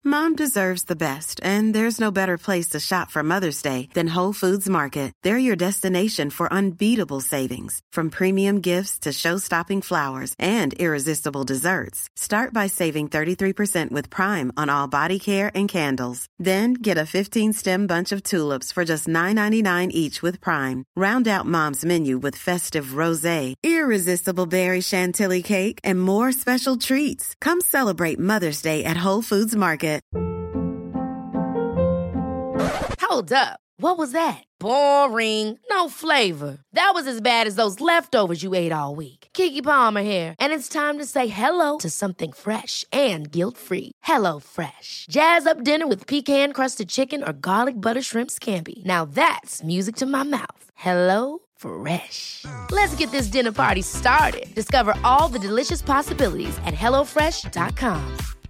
Mom deserves the best, and there's no better place to shop for Mother's Day than Whole Foods Market. They're your destination for unbeatable savings, from premium gifts to show-stopping flowers and irresistible desserts. Start by saving 33% with Prime on all body care and candles. Then get a 15-stem bunch of tulips for just $9.99 each with Prime. Round out Mom's menu with festive rosé, irresistible berry chantilly cake, and more special treats. Come celebrate Mother's Day at Whole Foods Market. Hold up. What was that? Boring. No flavor. That was as bad as those leftovers you ate all week. Keke Palmer here, and it's time to say hello to something fresh and guilt-free. Hello Fresh. Jazz up dinner with pecan-crusted chicken or garlic butter shrimp scampi. Now that's music to my mouth. Hello Fresh. Let's get this dinner party started. Discover all the delicious possibilities at hellofresh.com.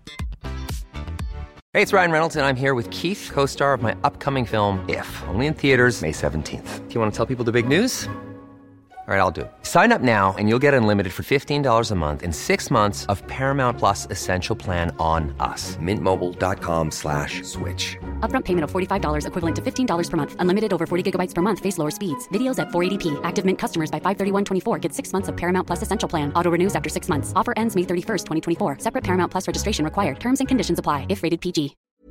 Hey, it's Ryan Reynolds, and I'm here with Keith, co-star of my upcoming film, If, only in theaters May 17th. Do you want to tell people the big news? All right, I'll do it. Sign up now and you'll get unlimited for $15 a month and 6 months of Paramount Plus Essential Plan on us. MintMobile.com/switch. Upfront payment of $45 equivalent to $15 per month. Unlimited over 40 gigabytes per month. Face lower speeds. Videos at 480p. Active Mint customers by 531.24 get 6 months of Paramount Plus Essential Plan. Auto renews after 6 months. Offer ends May 31st, 2024. Separate Paramount Plus registration required. Terms and conditions apply if rated PG.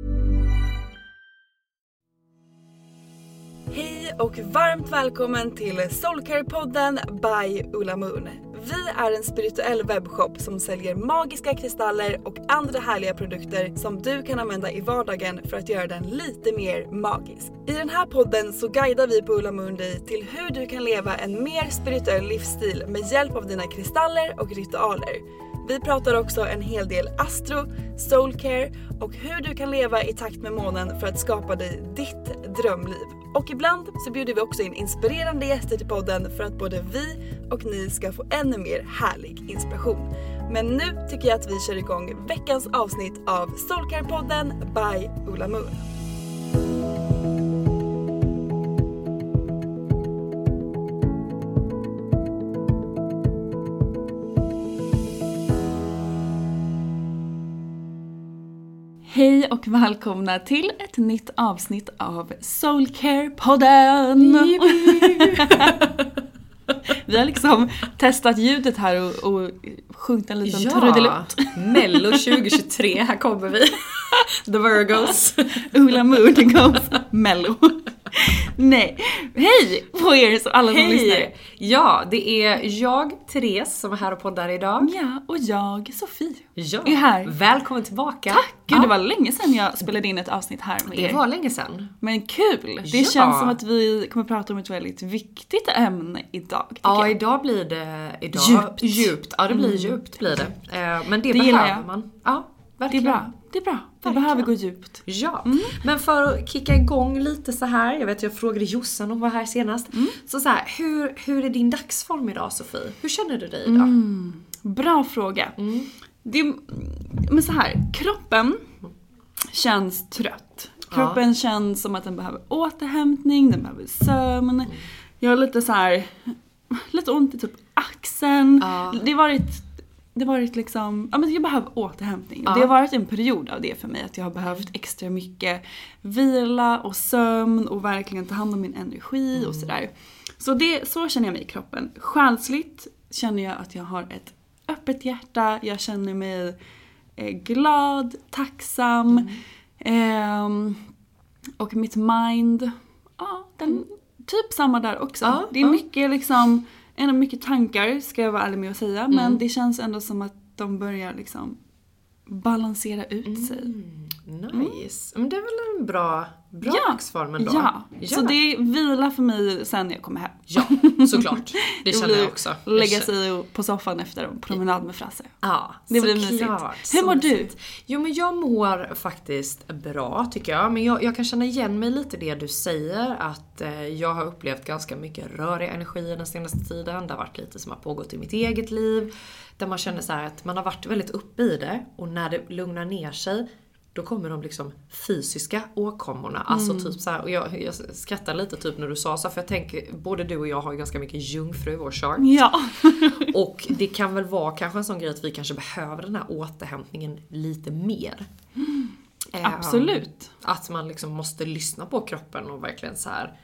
Hej och varmt välkommen till Soulcare-podden by Ulla Moon. Vi är en spirituell webbshop som säljer magiska kristaller och andra härliga produkter som du kan använda i vardagen för att göra den lite mer magisk. I den här podden så guidar vi på Ulla Moon dig till hur du kan leva en mer spirituell livsstil med hjälp av dina kristaller och ritualer. Vi pratar också en hel del astro, soulcare och hur du kan leva i takt med månen för att skapa dig ditt drömliv. Och ibland så bjuder vi också in inspirerande gäster till podden för att både vi och ni ska få ännu mer härlig inspiration. Men nu tycker jag att vi kör igång veckans avsnitt av Soulcare-podden by Ulla Moon. Hej och välkomna till ett nytt avsnitt av Soulcare-podden! Vi har liksom testat ljudet här och sjungit en liten trudelutt. Mello 2023, här kommer vi. The Virgos. Ulla Moon goes Mello. Nej, hej på er alla som lyssnar. Ja, det är jag, Therese, som är här och poddar idag. Ja, och jag, Sofie, är här. Välkommen tillbaka. Tack, gud, det var länge sedan jag spelade in ett avsnitt här med er. Det var länge sedan. Men kul, det känns som att vi kommer prata om ett väldigt viktigt ämne idag. Ja, idag blir det djupt. Ja, det blir djupt blir det. Men det behöver man. Ja, verkligen. Det är bra. Vi behöver gå djupt. Ja, men för att kicka igång lite så här. Jag vet, jag frågade Jossan om var här senast. Så här, hur är din dagsform idag, Sofie? Hur känner du dig idag? Bra fråga. Men så här, kroppen känns trött. Kroppen känns som att den behöver återhämtning, den behöver sömn. Jag har lite så här, lite ont i typ axeln. Det har varit liksom, men jag behöver återhämtning. Och det har varit en period av det för mig. Att jag har behövt extra mycket vila och sömn. Och verkligen ta hand om min energi och sådär. Så känner jag mig i kroppen. Själsligt känner jag att jag har ett öppet hjärta. Jag känner mig glad, tacksam. Och mitt mind, den typ samma där också. Det är mycket liksom... Ändå mycket tankar, ska jag vara ärlig med att säga. Men det känns ändå som att de börjar liksom balansera ut sig. Nice. Men det är väl en bra dagsform ändå. Ja, så det är vila för mig sen när jag kommer hem. Ja, såklart. Det känner jag också. Lägga sig på soffan efter en promenad med Frasse. Ja, det blir mysigt. Hur mår du? Jo, men jag mår faktiskt bra, tycker jag. Men jag kan känna igen mig lite det du säger. Att jag har upplevt ganska mycket rörig energi den senaste tiden. Det har varit lite som har pågått i mitt eget liv. Där man känner så här att man har varit väldigt uppe i det. Och när det lugnar ner sig, då kommer de liksom fysiska åkommorna. Alltså typ så här, och jag skrattar lite typ när du sa så, för jag tänker, både du och jag har ju ganska mycket jungfru i vår chart. Ja. Och det kan väl vara kanske en sån grej att vi kanske behöver den här återhämtningen lite mer. Absolut. Att man liksom måste lyssna på kroppen och verkligen så här.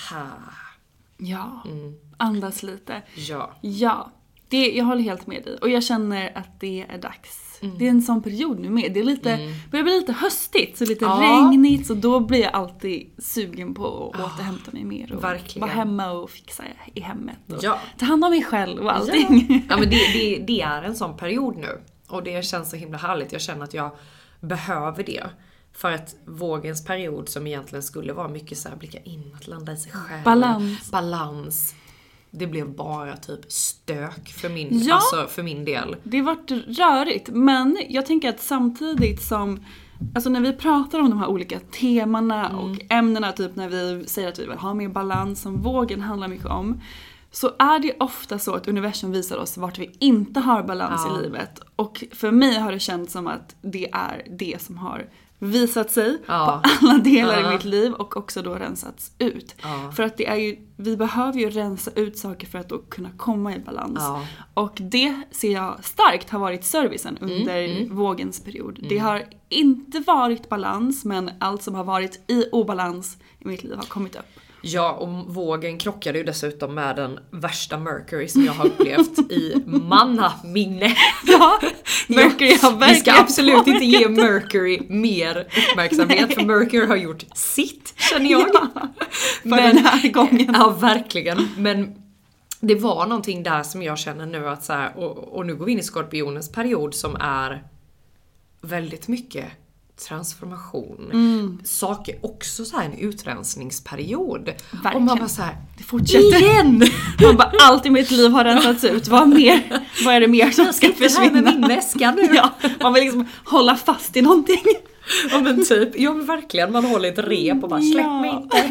Ja, andas lite. Ja. Jag håller helt med dig. Och jag känner att det är dags. Det är en sån period nu med. Det är lite, börjar bli lite höstigt, så lite regnigt. Så då blir jag alltid sugen på att återhämta mig mer. Och vara hemma och fixa i hemmet. Och ta hand om mig själv och allting. Ja, men det är en sån period nu. Och det känns så himla härligt. Jag känner att jag behöver det. För att vågens period som egentligen skulle vara mycket så här blicka inåt, landa i sig själv. Balans. Det blev bara typ stök för min del. Det varit rörigt, men jag tänker att samtidigt som, alltså när vi pratar om de här olika temana och ämnena, typ när vi säger att vi vill ha mer balans, som vågen handlar mycket om, så är det ofta så att universum visar oss vart vi inte har balans i livet. Och för mig har det känts som att det är det som har visat sig på alla delar i mitt liv och också då rensats ut. För att det är ju, vi behöver ju rensa ut saker för att då kunna komma i balans. Och det ser jag starkt har varit servicen under vågens period. Det har inte varit balans, men allt som har varit i obalans i mitt liv har kommit upp. Ja, och vågen krockade ju dessutom med den värsta Mercury som jag har upplevt i mannaminne. Ja, Mercury har verkligen... Vi ska absolut inte ge Mercury mer uppmärksamhet, för Mercury har gjort sitt, känner jag. För den här gången. Ja, verkligen. Men det var någonting där som jag känner nu att så här, och nu går vi in i Skorpionens period som är väldigt mycket transformation. Saker också så här en utrensningsperiod. Verkligen. Och man bara så här, det fortsätter igen. Man bara, allt i mitt liv har rensats ut. Vad är det mer som ska försvinna? Här med min väska nu. Ja, man vill liksom hålla fast i någonting. Ja, men typ, ja men verkligen, man håller ett rep och bara släpp mig inte.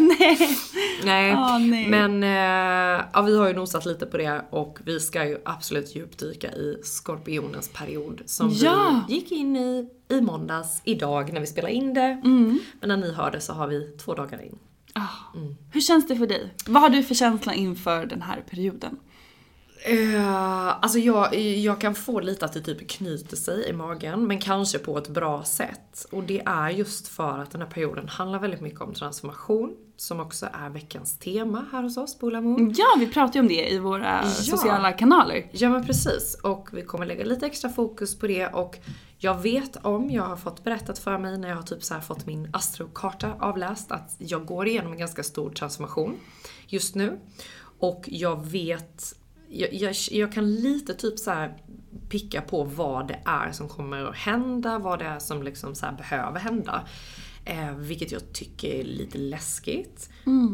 Nej. Men vi har ju nosat lite på det, och vi ska ju absolut djupdyka i Skorpionens period som vi gick in i måndags, idag när vi spelar in det. Men när ni hör det så har vi 2 dagar in. Hur känns det för dig? Vad har du för känsla inför den här perioden? Alltså jag kan få lite att det typ knyter sig i magen, men kanske på ett bra sätt. Och det är just för att den här perioden handlar väldigt mycket om transformation, som också är veckans tema här hos oss på Ulla Moon. Ja, vi pratar ju om det i våra sociala kanaler. Ja, men precis. Och vi kommer lägga lite extra fokus på det. Och jag har fått berättat för mig när jag har typ så här fått min astrokarta avläst att jag går igenom en ganska stor transformation just nu. Och jag vet... Jag kan lite typ så här picka på vad det är som kommer att hända, vad det är som liksom så här behöver hända. Vilket jag tycker är lite läskigt.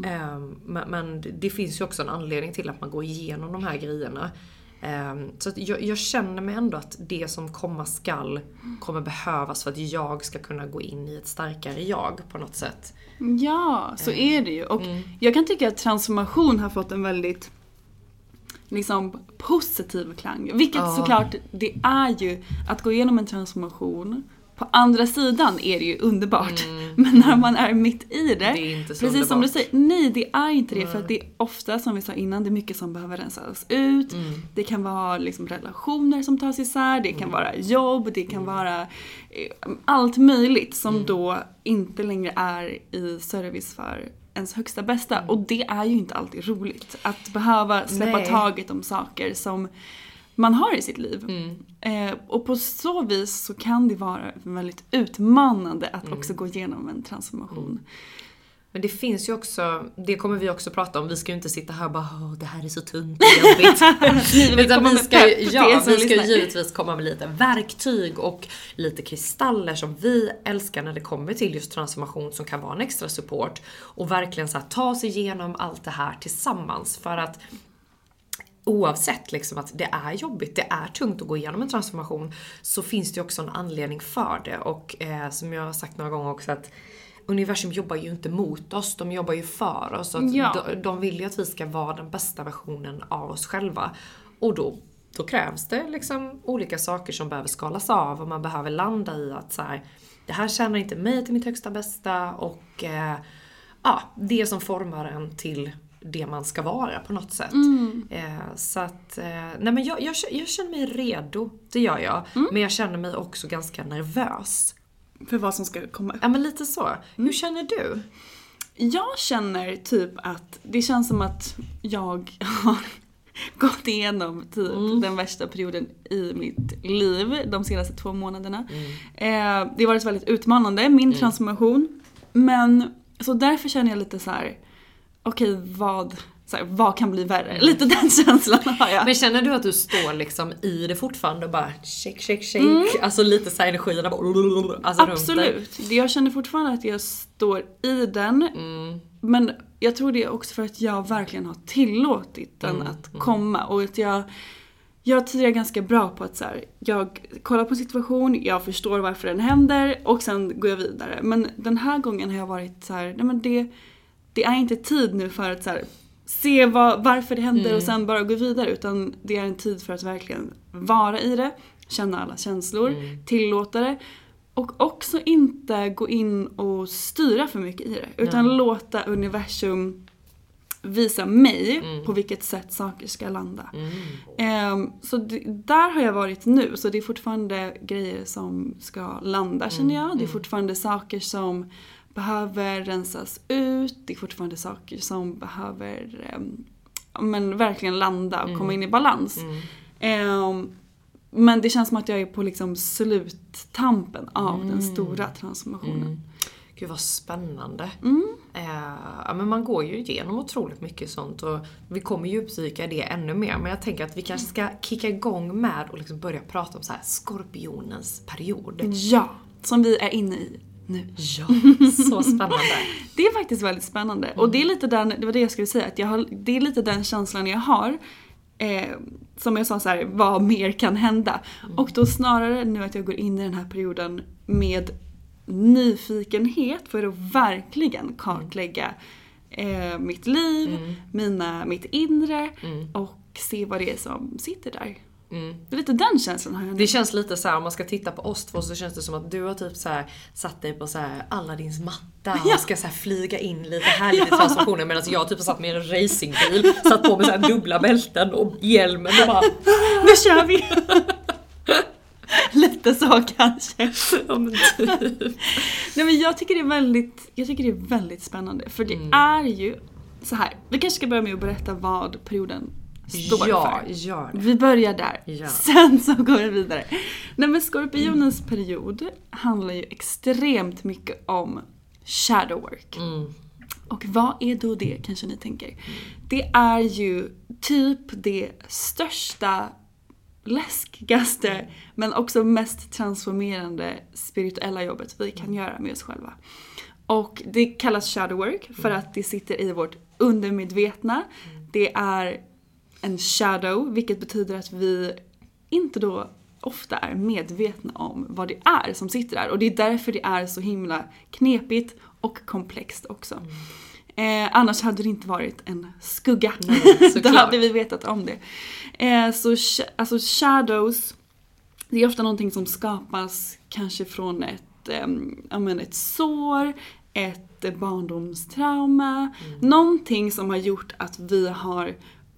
Men det finns ju också en anledning till att man går igenom de här grejerna. Så att jag känner mig ändå att det som komma skall kommer behövas för att jag ska kunna gå in i ett starkare jag på något sätt. Ja, så är det ju. Och jag kan tycka att transformation har fått en väldigt liksom positiv klang. Vilket såklart det är ju att gå igenom en transformation. På andra sidan är det ju underbart. Men när man är mitt i det är inte så precis underbart. Som du säger, nej det är inte det. För att det är ofta, som vi sa innan, det är mycket som behöver rensas ut. Det kan vara liksom relationer som tas isär. Det kan vara jobb. Det kan vara allt möjligt som då inte längre är i service för ens högsta bästa. Och det är ju inte alltid roligt. Att behöva släppa taget om saker som man har i sitt liv. Och på så vis så kan det vara väldigt utmanande att också gå igenom en transformation. Men det finns ju också, det kommer vi också prata om, vi ska ju inte sitta här och bara, det här är så tungt och jobbigt. vi ska givetvis komma med lite verktyg och lite kristaller som vi älskar när det kommer till just transformation, som kan vara en extra support. Och verkligen så här, ta sig igenom allt det här tillsammans, för att oavsett liksom att det är jobbigt, det är tungt att gå igenom en transformation, så finns det också en anledning för det. Och som jag har sagt några gånger också, att universum jobbar ju inte mot oss, de jobbar ju för oss. De vill ju att vi ska vara den bästa versionen av oss själva. Och då krävs det liksom olika saker som behöver skalas av, och man behöver landa i att så här, det här tjänar inte mig till mitt högsta bästa, och det som formar en till det man ska vara på något sätt. Så att nej, men jag känner mig redo, det gör jag. Men jag känner mig också ganska nervös. för vad som ska komma upp. Ja, men lite så. Hur känner du? Jag känner typ att det känns som att jag har gått igenom typ den värsta perioden i mitt liv de senaste 2 månaderna. Det har varit väldigt utmanande, min transformation. Men så därför känner jag lite så här: okej, vad kan bli värre? Lite den känslan har jag. Men känner du att du står liksom i det fortfarande och bara shake? Alltså lite så här energierna bara alltså absolut. Jag känner fortfarande att jag står i den. Men jag tror det är också för att jag verkligen har tillåtit den att komma. Och att jag är tidigare ganska bra på att så här, jag kollar på situation, jag förstår varför den händer och sen går jag vidare. Men den här gången har jag varit så här: nej men det är inte tid nu för att så här, se varför det händer och sen bara gå vidare, utan det är en tid för att verkligen vara i det, känna alla känslor, tillåta det och också inte gå in och styra för mycket i det, utan låta universum visa mig på vilket sätt saker ska landa. Så där har jag varit nu, så det är fortfarande grejer som ska landa, känner jag. Det är fortfarande saker som behöver rensas ut. Det är fortfarande saker som behöver men verkligen landa och komma in i balans. Men det känns som att jag är på liksom sluttampen av den stora transformationen. Gud vad spännande. Men man går ju igenom otroligt mycket sånt och vi kommer ju uppdyka det ännu mer. Men jag tänker att vi kanske ska kicka igång med och liksom börja prata om så här skorpionens period. Ja, som vi är inne i nu. Ja, så spännande. Det är faktiskt väldigt spännande. Och det är lite det var det jag skulle säga. Att det är lite den känslan jag har. Som jag sa så här, vad mer kan hända? Och då snarare nu att jag går in i den här perioden med nyfikenhet för att verkligen kartlägga mitt liv, mitt inre och se vad det är som sitter där. Det är lite den känslan har jag nu. Det känns lite så här, om man ska titta på oss två så känns det som att du har typ så här satt dig på så här Aladdins matta och ska så här flyga in lite härligt i transformationen, medan jag typ har satt mig i en racingbil, satt på mig så här dubbla bälten och hjälmen och bara nu kör vi. Lite så kanske. Ja, men typ. Nej, men jag tycker det är väldigt spännande, för det är ju så här. Vi kanske ska börja med att berätta vad perioden står för. Ja. Vi börjar där. Ja. Sen så går vi vidare. Nej, men skorpionens period handlar ju extremt mycket om shadow work. Och vad är då det, kanske ni tänker? Det är ju typ det största, läskigaste men också mest transformerande spirituella jobbet vi kan göra med oss själva. Och det kallas shadow work för att det sitter i vårt undermedvetna. Det är en shadow, vilket betyder att vi inte då ofta är medvetna om vad det är som sitter där. Och det är därför det är så himla knepigt och komplext också. Annars hade det inte varit en skugga. Då hade vi vetat om det. Så shadows, det är ofta någonting som skapas kanske från ett sår, ett barndomstrauma. Någonting som har gjort att vi har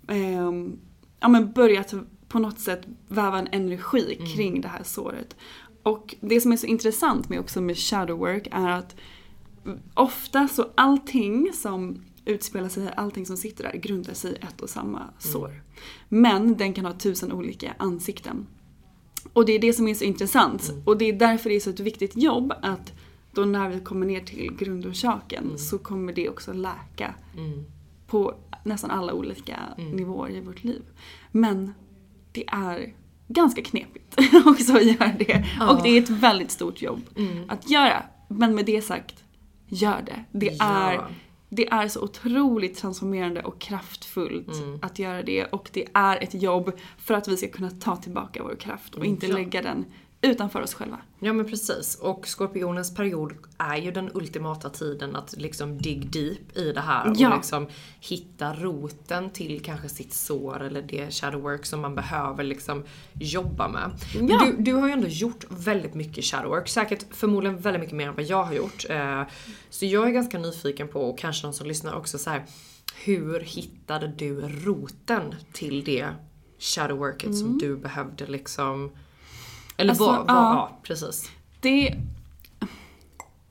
börjat på något sätt väva en energi kring det här såret. Och det som är så intressant med shadow work är att ofta så allting som utspelar sig, allting som sitter där grundar sig i ett och samma sår. Men den kan ha 1000 olika ansikten. Och det är det som är så intressant. Och det är därför det är så ett viktigt jobb att då när vi kommer ner till grundorsaken så kommer det också läka på nästan alla olika nivåer i vårt liv. Men det är ganska knepigt också att göra det. Och det är ett väldigt stort jobb att göra. Men med det sagt, gör det. Det är så otroligt transformerande och kraftfullt att göra det. Och det är ett jobb för att vi ska kunna ta tillbaka vår kraft och inte lägga den utanför oss själva. Ja, men precis. Och skorpionens period är ju den ultimata tiden att liksom dig deep i det här och liksom hitta roten till kanske sitt sår eller det shadow work som man behöver liksom jobba med. Ja. Du har ju ändå gjort väldigt mycket shadow work, säkert förmodligen väldigt mycket mer än vad jag har gjort. Så jag är ganska nyfiken på, och kanske någon som lyssnar också, så här: hur hittade du roten till det shadow worket som du behövde liksom... Eller alltså, ja, precis.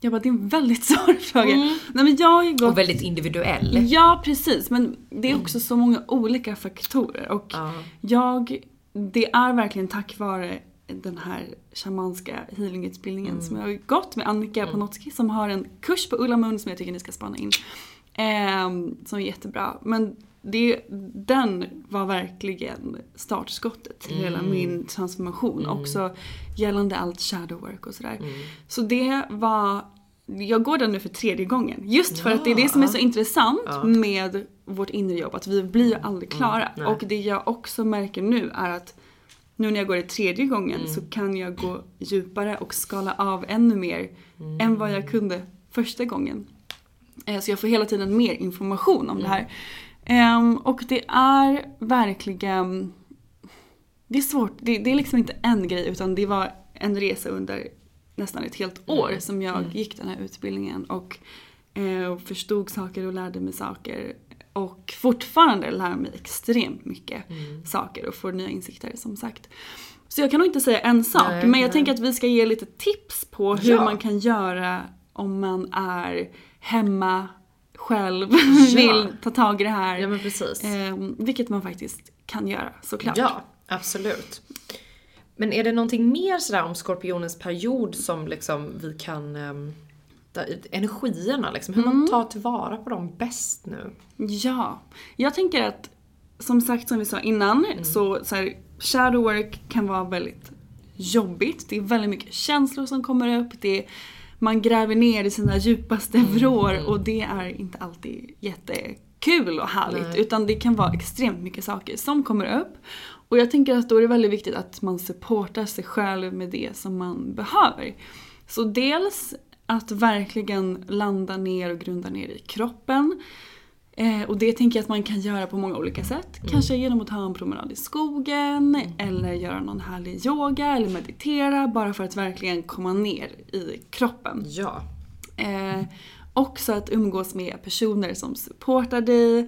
Jag bara, det är en väldigt svår fråga. Nej, men jag har ju gått... Och väldigt individuell. Ja, precis. Men det är också så många olika faktorer. Och det är verkligen tack vare den här shamanska healingutbildningen som jag har gått med Annika Panotski, som har en kurs på Ulla Moon som jag tycker ni ska spana in. Som är jättebra. Men den var verkligen startskottet till hela min transformation. Också gällande allt shadow work och sådär. Så det var... Jag går den nu för 3:e gången. Just för att det är det som är så intressant med vårt inre jobb. Att vi blir ju aldrig klara. Och det jag också märker nu är att nu när jag går det 3:e gången så kan jag gå djupare och skala av ännu mer än vad jag kunde första gången. Så jag får hela tiden mer information om det här. Och det är verkligen... Det är svårt. Det är liksom inte en grej, utan det var en resa under nästan ett helt år som jag gick den här utbildningen. Och förstod saker och lärde mig saker. Och fortfarande lär mig extremt mycket saker och får nya insikter, som sagt. Så jag kan nog inte säga en sak. Men jag tänker att vi ska ge lite tips på hur man kan göra om man är hemma själv, vill ta tag i det här. Ja, men precis. Vilket man faktiskt kan göra, såklart. Ja, absolut. Men är det någonting mer sådär om skorpionens period som liksom vi kan... energierna liksom, hur man tar tillvara på dem bäst nu? Ja, jag tänker att som sagt, som vi sa innan, så här, shadow work kan vara väldigt jobbigt. Det är väldigt mycket känslor som kommer upp. Man gräver ner i sina djupaste vrår och det är inte alltid jättekul och härligt. Utan det kan vara extremt mycket saker som kommer upp. Och jag tänker att då är det väldigt viktigt att man supportar sig själv med det som man behöver. Så dels att verkligen landa ner och grunda ner i kroppen. Och det tänker jag att man kan göra på många olika sätt. Kanske genom att ta en promenad i skogen. Eller göra någon härlig yoga. Eller meditera. Bara för att verkligen komma ner i kroppen. Ja. Också att umgås med personer som supportar dig.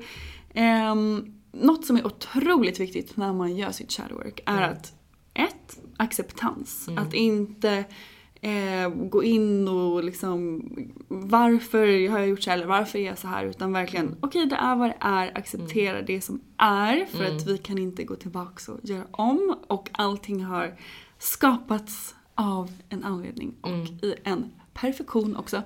Något som är otroligt viktigt när man gör sitt shadow work är att acceptans. Att inte... gå in och liksom varför har jag gjort så här eller varför är jag så här, utan verkligen okej, det är vad det är, acceptera det som är, för att vi kan inte gå tillbaka och göra om, och allting har skapats av en anledning och i en perfektion också.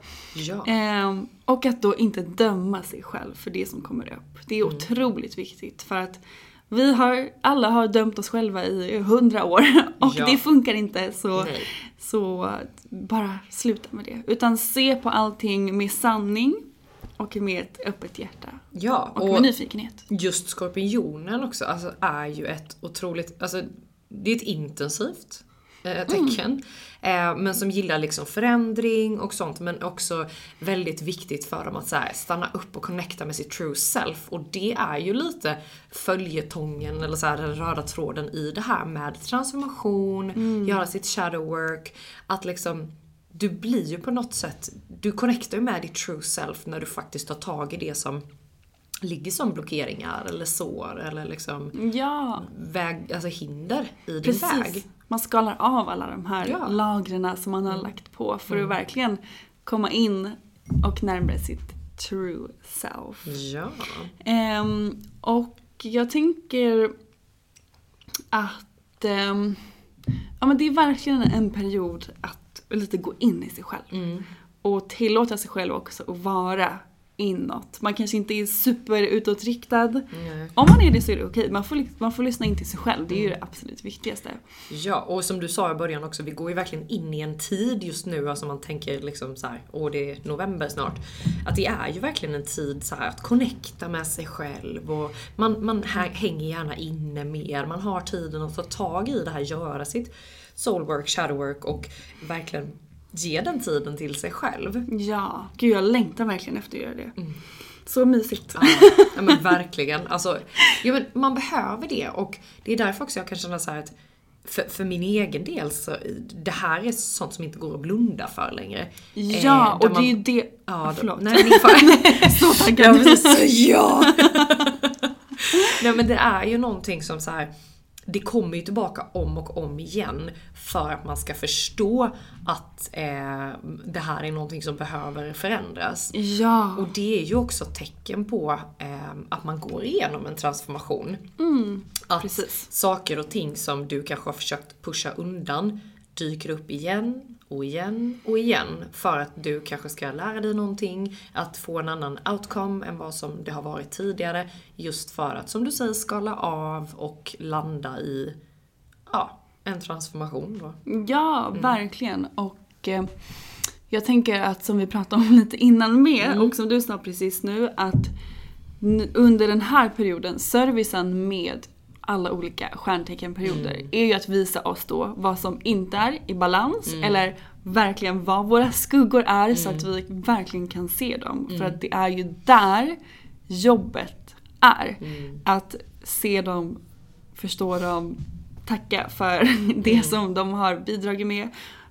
Och att då inte döma sig själv för det som kommer upp. Det är otroligt viktigt, för att alla har dömt oss själva i 100 år och det funkar inte, så bara sluta med det. Utan se på allting med sanning och med ett öppet hjärta. Ja, och med nyfikenhet. Just skorpionen också, alltså, är ju ett otroligt, alltså, det är ett intensivt tecken. Men som gillar liksom förändring och sånt, men också väldigt viktigt för dem att så här, stanna upp och connecta med sitt true self. Och det är ju lite följetongen eller så här, den röda tråden i det här med transformation, göra sitt shadow work, att liksom du blir ju på något sätt, du connectar ju med ditt true self när du faktiskt tar tag i det som ligger som blockeringar eller sår eller liksom alltså hinder i din väg. Man skalar av alla de här lagren som man har lagt på för att verkligen komma in och närmare sitt true self. Ja. Och jag tänker att men det är verkligen en period att lite gå in i sig själv. Och tillåta sig själv också att vara inåt. Man kanske inte är super utåtriktad. Om man är det så är det okej. Man får lyssna in till sig själv. Det är ju det absolut viktigaste. Ja, och som du sa i början också, vi går ju verkligen in i en tid just nu, alltså man tänker liksom så här, det är november snart, att det är ju verkligen en tid så här, att connecta med sig själv, och man hänger gärna inne mer, man har tiden att ta tag i det här, göra sitt soulwork, shadowwork och verkligen ge den tiden till sig själv. Ja, gud, jag längtar verkligen efter att göra det. Så mysigt. Ja, men verkligen. Alltså, men man behöver det, och det är därför också jag kan känna så här att för min egen del så det här är sånt som inte går att blunda för längre. Ja, och det är ju det... förlåt. Nej, så taggad. Ja. Nej, men det är ju någonting som så här, det kommer ju tillbaka om och om igen för att man ska förstå att det här är någonting som behöver förändras. Ja. Och det är ju också tecken på att man går igenom en transformation. Att precis. saker och ting som du kanske har försökt pusha undan dyker upp igen och igen och igen för att du kanske ska lära dig någonting, att få en annan outcome än vad som det har varit tidigare, just för att, som du säger, skala av och landa i en transformation då. Ja, verkligen. Och jag tänker att, som vi pratade om lite innan med, och som du sa precis nu, att under den här perioden, servicen med alla olika stjärnteckenperioder är ju att visa oss då vad som inte är i balans, eller verkligen vad våra skuggor är, så att vi verkligen kan se dem. För att det är ju där jobbet är. Att se dem, förstå dem, tacka för det som de har bidragit med,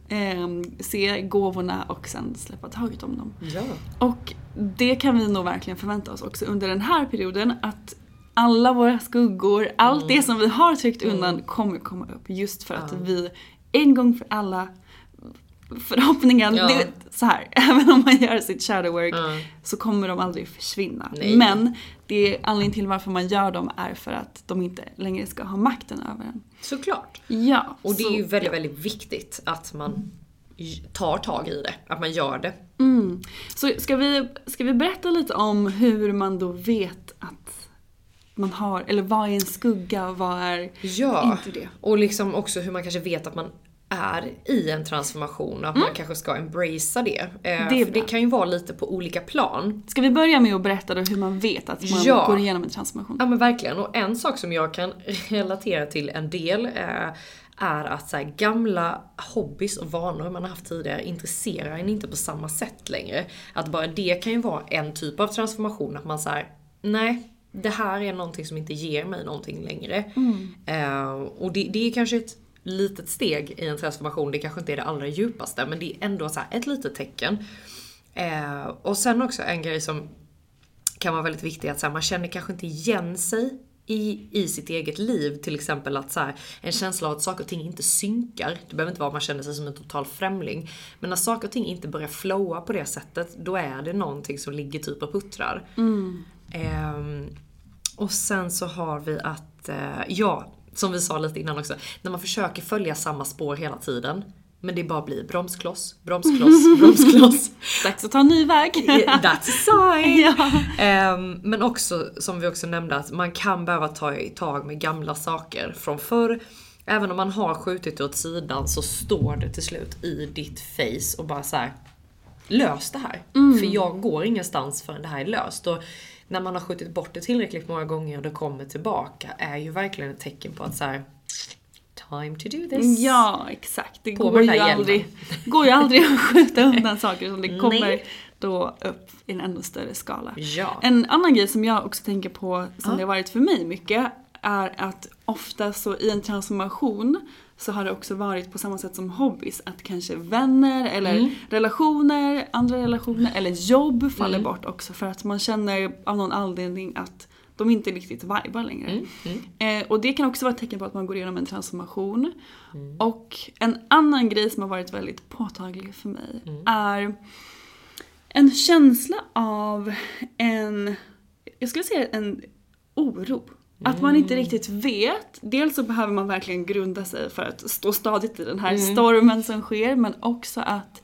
se gåvorna och sen släppa taget om dem. Ja. Och det kan vi nog verkligen förvänta oss också under den här perioden, att alla våra skuggor, allt det som vi har tryckt undan kommer komma upp, just för att vi en gång för alla, förhoppningen, det är så här, även om man gör sitt shadow work så kommer de aldrig försvinna. Nej. Men det är anledningen till varför man gör dem är för att de inte längre ska ha makten över en. Såklart. Ja. Och det är ju väldigt, väldigt viktigt att man tar tag i det, att man gör det. Så ska vi berätta lite om hur man då vet att man har, eller vad är en skugga och vad är inte det? Och liksom också hur man kanske vet att man är i en transformation, att man kanske ska embracea det. För det kan ju vara lite på olika plan. Ska vi börja med att berätta då hur man vet att man går igenom en transformation? Ja, men verkligen. Och en sak som jag kan relatera till en del är att så här, gamla hobbies och vanor man har haft tidigare intresserar en inte på samma sätt längre. Att bara det kan ju vara en typ av transformation, att man säger nej, det här är någonting som inte ger mig någonting längre. Och det är kanske ett litet steg i en transformation. Det kanske inte är det allra djupaste, men det är ändå så här ett litet tecken. Och sen också en grej som kan vara väldigt viktig, att så här, man känner kanske inte igen sig i sitt eget liv. Till exempel att så här, en känsla av att saker och ting inte synkar. Det behöver inte vara att man känner sig som en total främling. Men när saker och ting inte börjar flowa på det sättet, då är det någonting som ligger typ och puttrar. Och sen så har vi att, som vi sa lite innan också, när man försöker följa samma spår hela tiden, men det bara blir bromskloss. Dags att ta en ny väg. That's a sign. Ja. Men också, som vi också nämnde, att man kan behöva ta tag med gamla saker från förr. Även om man har skjutit det åt sidan, så står det till slut i ditt face och bara så här: lös det här. För jag går ingenstans förrän det här är löst. Och när man har skjutit bort det tillräckligt många gånger och det kommer tillbaka, är ju verkligen ett tecken på att så här, time to do this. Ja, exakt. Det går ju aldrig att skjuta undan saker, som det kommer då upp i en ännu större skala. Ja. En annan grej som jag också tänker på, som det har varit för mig mycket, är att ofta så i en transformation så har det också varit på samma sätt som hobbies, att kanske vänner eller andra relationer eller jobb faller bort också, för att man känner av någon anledning att de inte riktigt vibar längre. Och det kan också vara ett tecken på att man går igenom en transformation. Och en annan grej som har varit väldigt påtaglig för mig är en känsla av jag skulle säga en oro. Att man inte riktigt vet. Dels så behöver man verkligen grunda sig för att stå stadigt i den här stormen som sker. Men också att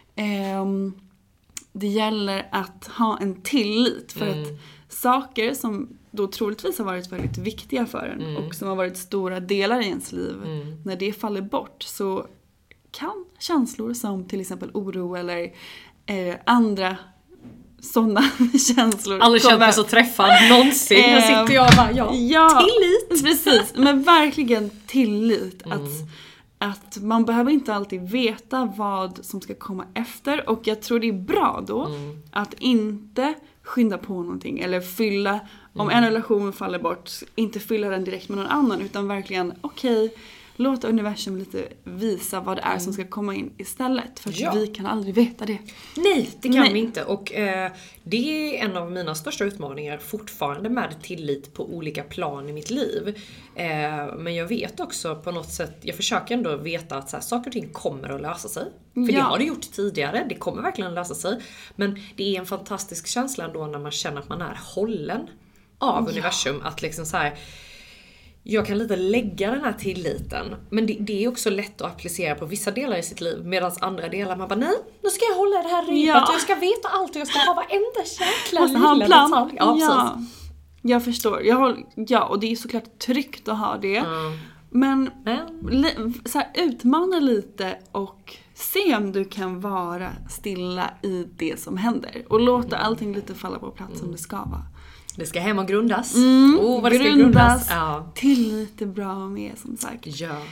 det gäller att ha en tillit. För att saker som då troligtvis har varit väldigt viktiga för en och som har varit stora delar i ens liv, när det faller bort, så kan känslor som till exempel oro eller andra sådana känslor. Aldrig känt mig så träffad någonsin. Här sitter jag och bara, tillit. Precis, men verkligen tillit. Att man behöver inte alltid veta vad som ska komma efter. Och jag tror det är bra då att inte skynda på någonting. Eller fylla, om en relation faller bort, inte fylla den direkt med någon annan. Utan verkligen, okej, låta universum lite visa vad det är som ska komma in istället. För att vi kan aldrig veta det. Nej, det kan vi inte. Och det är en av mina största utmaningar fortfarande med tillit på olika plan i mitt liv. Men jag vet också på något sätt, jag försöker ändå veta att så här, saker och ting kommer att lösa sig. För det har det gjort tidigare, det kommer verkligen att lösa sig. Men det är en fantastisk känsla ändå när man känner att man är hållen av universum. Att liksom så här, jag kan lite lägga den här tilliten. Men det är också lätt att applicera på vissa delar i sitt liv. Medan andra delar man bara, nej, nu ska jag hålla det här repet. Och jag ska veta allt och jag ska ha varenda jäkla lilla detalj. Ja, jag förstår. Och det är såklart tryggt att ha det. Men så här, utmana lite och se om du kan vara stilla i det som händer. Och låta allting lite falla på plats som det ska vara. Det ska hem och grundas. Vad det ska grundas. Tillit är bra med, som sagt. Ja.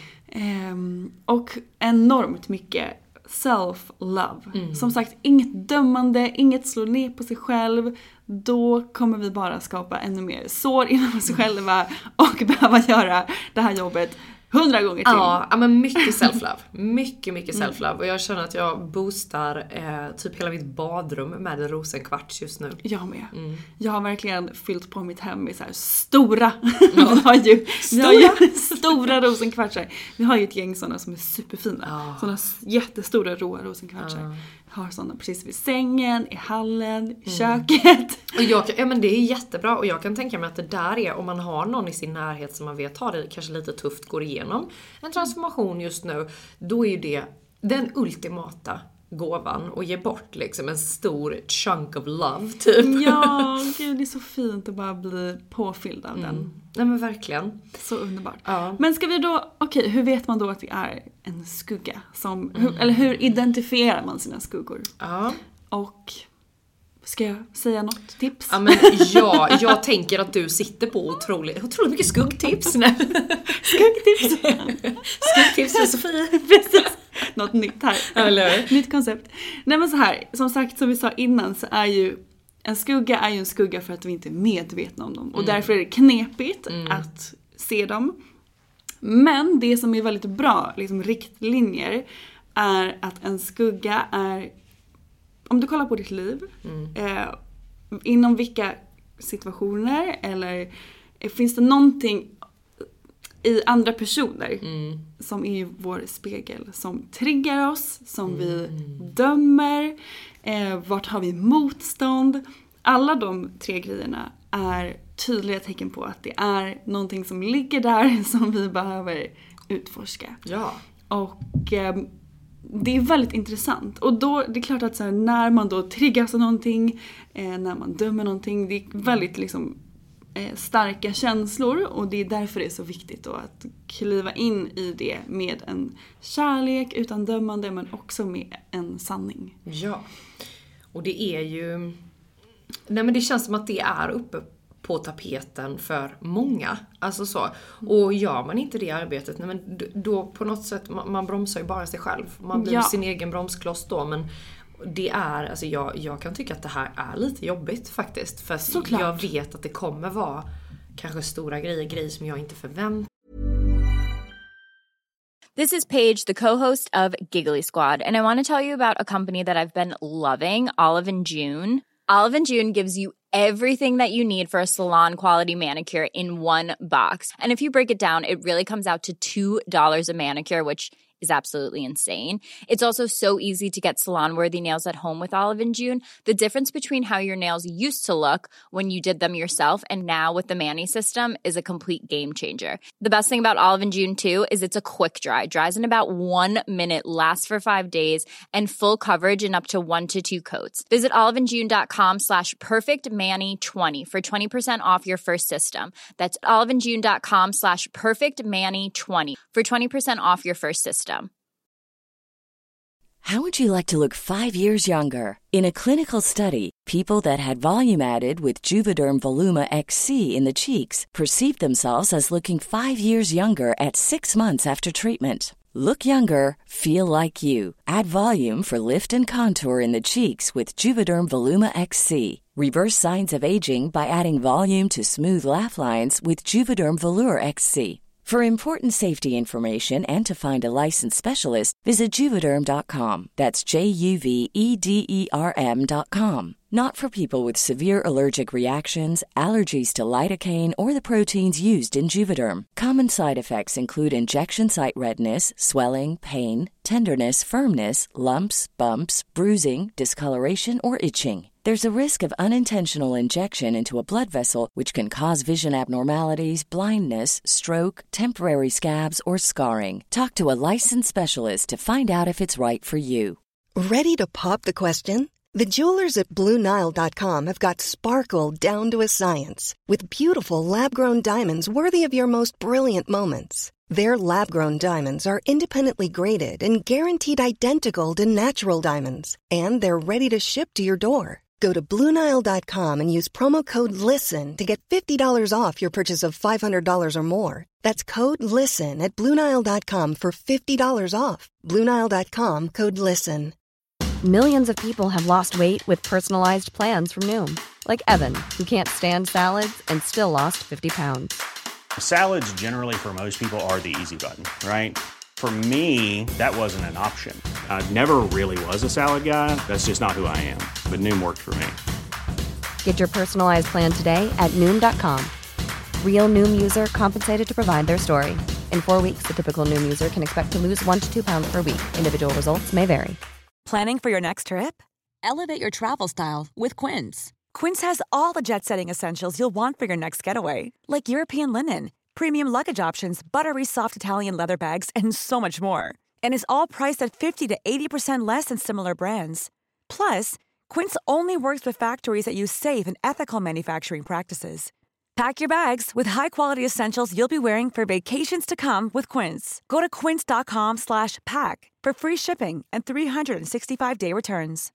Och enormt mycket self-love. Som sagt, inget dömande, inget slå ner på sig själv. Då kommer vi bara skapa ännu mer sår inom oss själva och behöva göra det här jobbet 100 gånger till. Ja, men mycket self-love. Mycket self-love. Och jag känner att jag boostar typ hela mitt badrum med rosenkvarts just nu. Jag med. Jag har verkligen fyllt på mitt hem med så här stora. Vi har ju stora rosenkvartsar. Vi har ju ett gäng sådana som är superfina. Sådana jättestora råa rosenkvartsar. Har sådana precis vid sängen, i hallen, i köket. Och men det är jättebra. Och jag kan tänka mig att det där är, om man har någon i sin närhet som man vet har det kanske lite tufft, går igenom en transformation just nu, då är ju det den ultimata gåvan och ge bort liksom en stor chunk of love typ. Ja, gud, det är så fint att bara bli påfylld av den. Nej men verkligen. Så underbart. Ja. Men ska vi då, hur vet man då att det är en skugga? Eller hur identifierar man sina skuggor? Ja. Och ska jag säga något tips? Ja, men jag tänker att du sitter på otroligt mycket skuggtips. Skuggtips. Skuggtips för Sofie. Precis. Något nytt här. Eller? Nytt koncept. Nej men så här, som sagt, som vi sa innan, så är ju en skugga för att vi inte är medvetna om dem. Och därför är det knepigt att se dem. Men det som är väldigt bra, liksom riktlinjer, är att en skugga är, om du kollar på ditt liv, inom vilka situationer eller finns det någonting i andra personer som är vår spegel, som triggar oss, som vi dömer, vart har vi motstånd. Alla de 3 grejerna är tydliga tecken på att det är någonting som ligger där som vi behöver utforska. Ja. Och det är väldigt intressant. Och då, det är klart att så här, när man då triggas av någonting, när man dömer någonting, det är väldigt liksom starka känslor. Och det är därför det är så viktigt då att kliva in i det med en kärlek utan dömande, men också med en sanning. Ja. Och det är ju... Nej men det känns som att det är uppe på tapeten för många. Alltså så. Och gör man inte det arbetet, nej men då på något sätt, man bromsar ju bara sig själv. Man blir sin egen bromskloss då, men det är, alltså jag kan tycka att det här är lite jobbigt faktiskt. För jag vet att det kommer vara kanske stora grejer som jag inte förväntar. This is Paige, the co-host of Giggly Squad, and I want to tell you about a company that I've been loving, Olive & June. Olive & June gives you everything that you need for a salon-quality manicure in one box. And if you break it down, it really comes out to $2 a manicure, which is absolutely insane. It's also so easy to get salon-worthy nails at home with Olive & June. The difference between how your nails used to look when you did them yourself and now with the Mani system is a complete game changer. The best thing about Olive & June, too, is it's a quick dry. Dries in about 1 minute, lasts for 5 days, and full coverage in up to 1 to 2 coats. Visit oliveandjune.com/perfectmani20 for 20% off your first system. That's oliveandjune.com/perfectmani20 for 20% off your first system. How would you like to look 5 years younger? In a clinical study, people that had volume added with Juvederm Voluma XC in the cheeks perceived themselves as looking 5 years younger at 6 months after treatment. Look younger, feel like you. Add volume for lift and contour in the cheeks with Juvederm Voluma XC. Reverse signs of aging by adding volume to smooth laugh lines with Juvederm Volure XC. For important safety information and to find a licensed specialist, visit Juvederm.com. That's JUVEDERM.com. Not for people with severe allergic reactions, allergies to lidocaine, or the proteins used in Juvederm. Common side effects include injection site redness, swelling, pain, tenderness, firmness, lumps, bumps, bruising, discoloration, or itching. There's a risk of unintentional injection into a blood vessel, which can cause vision abnormalities, blindness, stroke, temporary scabs, or scarring. Talk to a licensed specialist to find out if it's right for you. Ready to pop the question? The jewelers at BlueNile.com have got sparkle down to a science with beautiful lab-grown diamonds worthy of your most brilliant moments. Their lab-grown diamonds are independently graded and guaranteed identical to natural diamonds, and they're ready to ship to your door. Go to BlueNile.com and use promo code LISTEN to get $50 off your purchase of $500 or more. That's code LISTEN at BlueNile.com for $50 off. BlueNile.com, code LISTEN. Millions of people have lost weight with personalized plans from Noom. Like Evan, who can't stand salads and still lost 50 pounds. Salads generally for most people are the easy button, right? For me, that wasn't an option. I never really was a salad guy. That's just not who I am. But Noom worked for me. Get your personalized plan today at Noom.com. Real Noom user compensated to provide their story. In 4 weeks, the typical Noom user can expect to lose 1 to 2 pounds per week. Individual results may vary. Planning for your next trip? Elevate your travel style with Quince. Quince has all the jet-setting essentials you'll want for your next getaway, like European linen, premium luggage options, buttery soft Italian leather bags, and so much more. And is all priced at 50 to 80% less than similar brands. Plus, Quince only works with factories that use safe and ethical manufacturing practices. Pack your bags with high-quality essentials you'll be wearing for vacations to come with Quince. Go to quince.com/pack for free shipping and 365-day returns.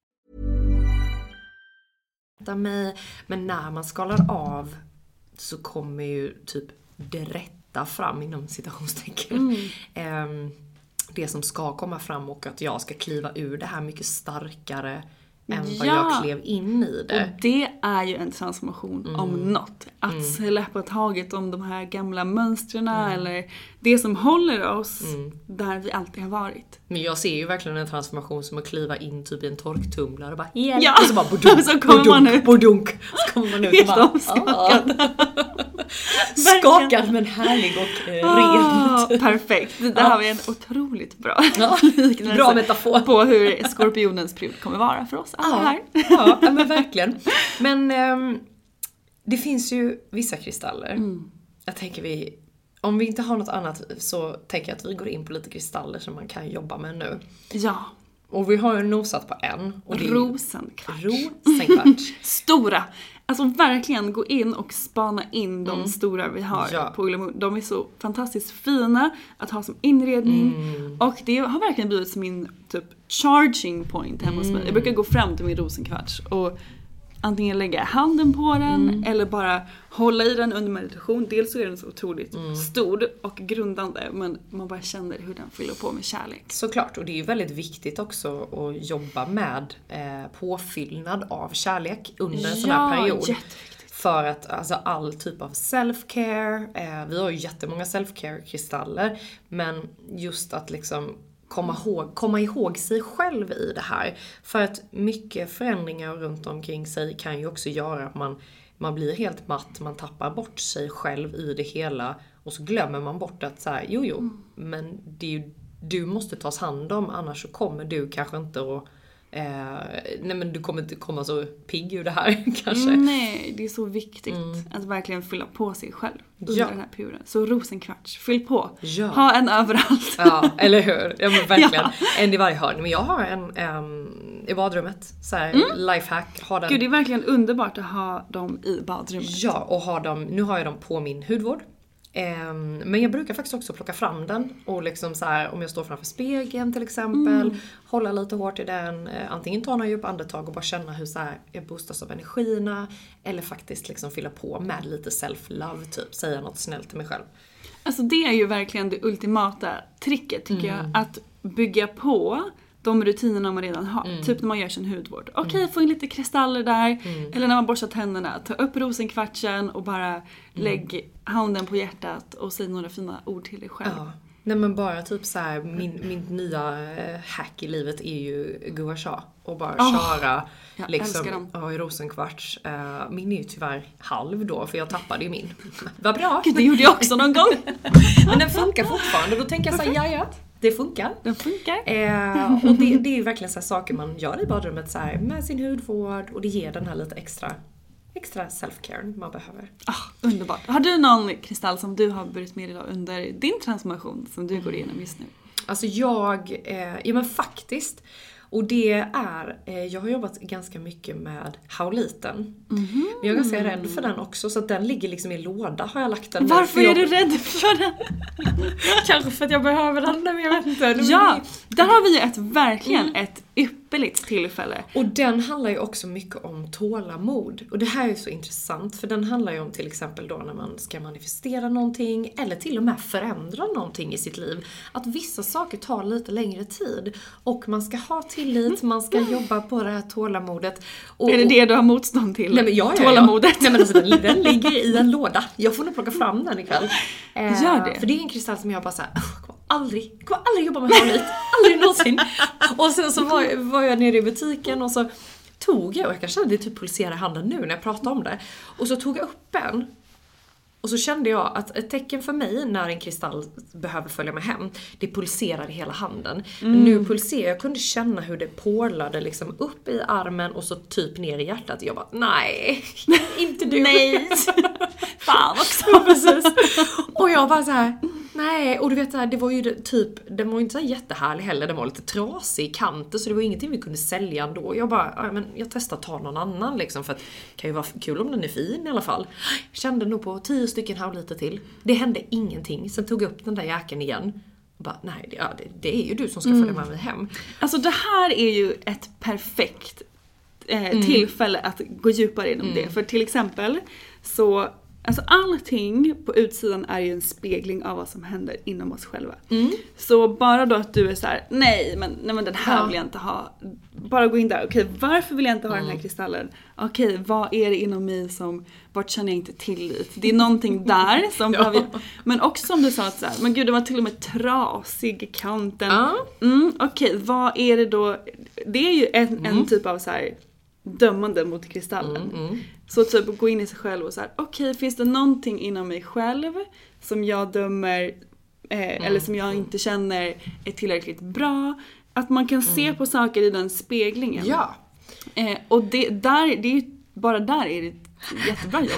Men när man skalar av så kommer ju typ det rätta fram inom citationstecken. Det som ska komma fram och att jag ska kliva ur det här mycket starkare än vad jag klev in i det. Och det är ju en transformation om något. Att släppa taget om de här gamla mönstren eller det som håller oss där vi alltid har varit. Men jag ser ju verkligen en transformation som att kliva in typ i en torktumlare och bara ja. Och så bara bodunk, så kommer man ut. Bodunk, så kommer man ut och bara skakad men härlig och ren. Perfekt. Det där har vi en otroligt bra bra metafor på hur skorpionens period kommer vara för oss alla här. Ja, men verkligen. Men det finns ju vissa kristaller. Jag tänker om vi inte har något annat så tänker jag att vi går in på lite kristaller som man kan jobba med nu. Ja. Och vi har ju nosat på en. Och det är rosenkvarts. Stora. Alltså verkligen gå in och spana in de stora vi har på Ullamoon. De är så fantastiskt fina att ha som inredning. Och det har verkligen blivit som min typ charging point hemma hos mig. Jag brukar gå fram till min rosenkvarts och antingen lägga handen på den eller bara hålla i den under meditation. Dels så är den så otroligt stor och grundande, men man bara känner hur den fyller på med kärlek. Såklart, och det är ju väldigt viktigt också att jobba med påfyllnad av kärlek under en sån här period. Jätteviktigt. För att alltså, all typ av self-care, vi har ju jättemånga self-care-kristaller, men just att liksom komma ihåg sig själv i det här. För att mycket förändringar runt omkring sig kan ju också göra att man blir helt matt, man tappar bort sig själv i det hela och så glömmer man bort att så här, men det är ju, du måste tas hand om, annars så kommer du kanske inte att nej men du kommer inte komma så pigg ur det här kanske. Nej, det är så viktigt att verkligen fylla på sig själv under den här perioden. Så rosenkvarts, fyll på. Ja. Ha en överallt. Ja, eller hur? Ja, men verkligen. En i varje hörn. Men jag har en i badrummet. Så här, lifehack. Ha den. Gud, det är verkligen underbart att ha dem i badrummet. Ja, och ha dem, nu har jag dem på min hudvård. Men jag brukar faktiskt också plocka fram den och liksom så här, om jag står framför spegeln till exempel, hålla lite hårt i den, antingen ta några djupa andetag och bara känna hur så här jag boostas av energierna, eller faktiskt liksom fylla på med lite self-love, typ säga något snällt till mig själv. Alltså det är ju verkligen det ultimata tricket tycker jag, att bygga på de rutinerna man redan har. Typ när man gör sin hudvård. Okej, få in lite kristaller där. Eller när man borstar tänderna. Ta upp rosenkvartsen och bara lägg handen på hjärtat och säg några fina ord till dig själv. Ja. Nej men bara typ så här, min nya hack i livet är ju gua sha. Och bara köra liksom, i rosenkvarts. Min är ju tyvärr halv då, för jag tappade ju min. Vad bra. Gud, det gjorde jag också någon gång. Men den funkar fortfarande. Då tänker jag så här, ja. Det funkar. Den funkar. Och det är ju verkligen så här saker man gör i badrummet så här, med sin hudvård. Och det ger den här lite extra self-care man behöver. Underbart. Har du någon kristall som du har burit med idag under din transformation som du går igenom just nu? Alltså men faktiskt. Och det är, jag har jobbat ganska mycket med hauliten. Men jag är ganska rädd för den också. Så att den ligger liksom i låda har jag lagt den. Varför är du rädd för den? Kanske för att jag behöver den, men jag vet inte. Ja, där har vi ju verkligen ett ypperligt tillfälle. Och den handlar ju också mycket om tålamod. Och det här är ju så intressant. För den handlar ju om till exempel då när man ska manifestera någonting. Eller till och med förändra någonting i sitt liv. Att vissa saker tar lite längre tid. Och man ska ha tillit, man ska jobba på det här tålamodet. Är det du har motstånd till? Nej, men tålamodet? Nej men alltså den ligger i en låda. Jag får nog plocka fram den ikväll. Gör det. För det är en kristall som jag bara såhär, kommer aldrig jobba med haulit. Aldrig någonsin. Och sen så var jag nere i butiken och så tog jag kan känna det typ pulsera i handen nu när jag pratar om det. Och så tog jag upp en. Och så kände jag att ett tecken för mig när en kristall behöver följa med hem, det pulserar i hela handen. Men nu pulserar, jag kunde känna hur det porlade liksom upp i armen och så typ ner i hjärtat. Jag bara, nej, inte du. Nej, fan också. Precis. Och jag bara så här, nej. Och du vet, det var ju typ, den var inte så jättehärlig heller. Den var lite trasig i kanten så det var ingenting vi kunde sälja ändå. Jag bara, men jag testar att ta någon annan liksom, för att det kan ju vara kul om den är fin i alla fall. Kände nog på 10 stycken hauliter till. Det hände ingenting. Sen tog jag upp den där jäkeln igen. Och bara, nej, det är ju du som ska följa med mig hem. Alltså det här är ju ett perfekt tillfälle att gå djupare inom det. För till exempel så, alltså allting på utsidan är ju en spegling av vad som händer inom oss själva. Så bara då att du är så här, nej men den här vill jag inte ha. Bara gå in där, okej, varför vill jag inte ha den här kristallen? Okej, vad är det inom mig som, vart känner jag inte tillit? Det är någonting där som men också som du sa att så här, men gud, det var till och med trasig i kanten. Okej, vad är det då? Det är ju en typ av så här dömande mot kristallen. Så typ gå in i sig själv och så här, okej, finns det någonting inom mig själv som jag dömer eller som jag inte känner är tillräckligt bra? Att man kan se på saker i den speglingen. Ja. Och det är ju bara där är det ett jättebra jobb.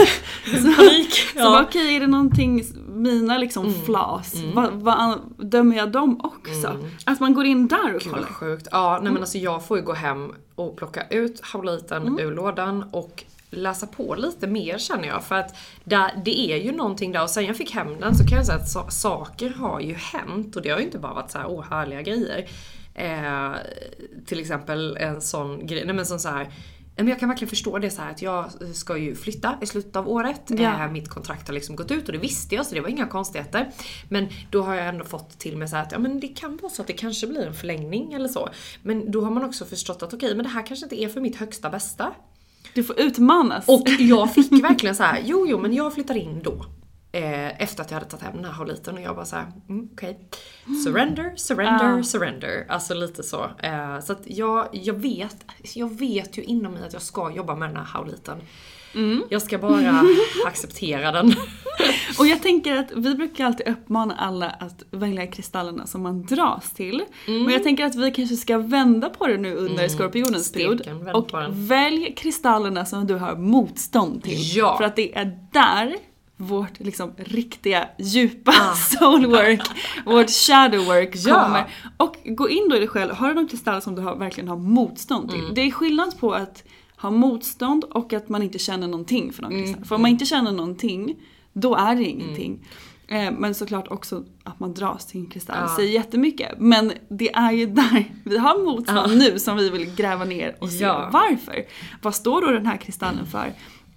Så okej, är det någonting, mina liksom flas, vad dömer jag dem också? Att man går in där och kollar. Sjukt. Ja, nej men alltså jag får ju gå hem och plocka ut hauliten ur lådan och läsa på lite mer, känner jag. För att det är ju någonting där. Och sen jag fick hem den så kan jag säga att saker har ju hänt. Och det har ju inte bara varit så här härliga grejer. Till exempel en sån grej. Nej men sån så här. Men jag kan verkligen förstå det så här att jag ska ju flytta i slutet av året. Mitt kontrakt har liksom gått ut och det visste jag, så det var inga konstigheter. Men då har jag ändå fått till mig så här att men det kan vara så att det kanske blir en förlängning eller så. Men då har man också förstått att okej, men det här kanske inte är för mitt högsta bästa. Du får utmanas. Och jag fick verkligen så här, jo men jag flyttar in då. Efter att jag hade tagit hem den här hauliten och jag bara så här, okej. Surrender. Alltså lite så. Så att jag vet ju inom mig att jag ska jobba med den här hauliten. Jag ska bara acceptera den. Och jag tänker att vi brukar alltid uppmana alla att välja kristallerna som man dras till. Men jag tänker att vi kanske ska vända på det nu under skorpionens period. Och välj kristallerna som du har motstånd till. Ja. För att det är där vårt liksom riktiga djupa soulwork, vårt shadowwork kommer. Och gå in då i dig själv. Har du någon kristall som du verkligen har motstånd till? Det är skillnad på att ha motstånd och att man inte känner någonting för någon kristall. För om man inte känner någonting, då är det ingenting. Men såklart också att man dras till en kristall säger jättemycket. Men det är ju där vi har motstånd nu som vi vill gräva ner och se varför. Vad står då den här kristallen för?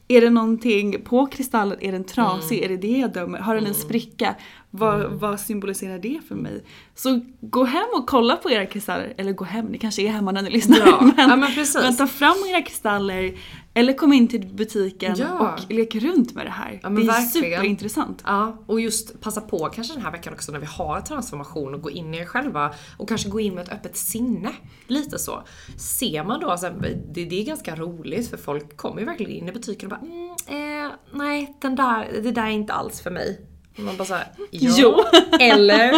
Är det någonting på kristallen? Är den trasig? Är det jag dömer? Har den en spricka? Vad symboliserar det för mig? Så gå hem och kolla på era kristaller. Eller gå hem, ni kanske är hemma när ni lyssnar. Ja. Men ta fram era kristaller. Eller kom in till butiken och lek runt med det här. Ja, det är verkligen superintressant. Ja, och just passa på kanske den här veckan också när vi har transformation och gå in i er själva. Och kanske gå in med ett öppet sinne. Lite så. Ser man då, alltså, det är ganska roligt för folk kommer ju verkligen in i butiken och bara nej, det där är inte alls för mig. Och man bara såhär, jo. eller.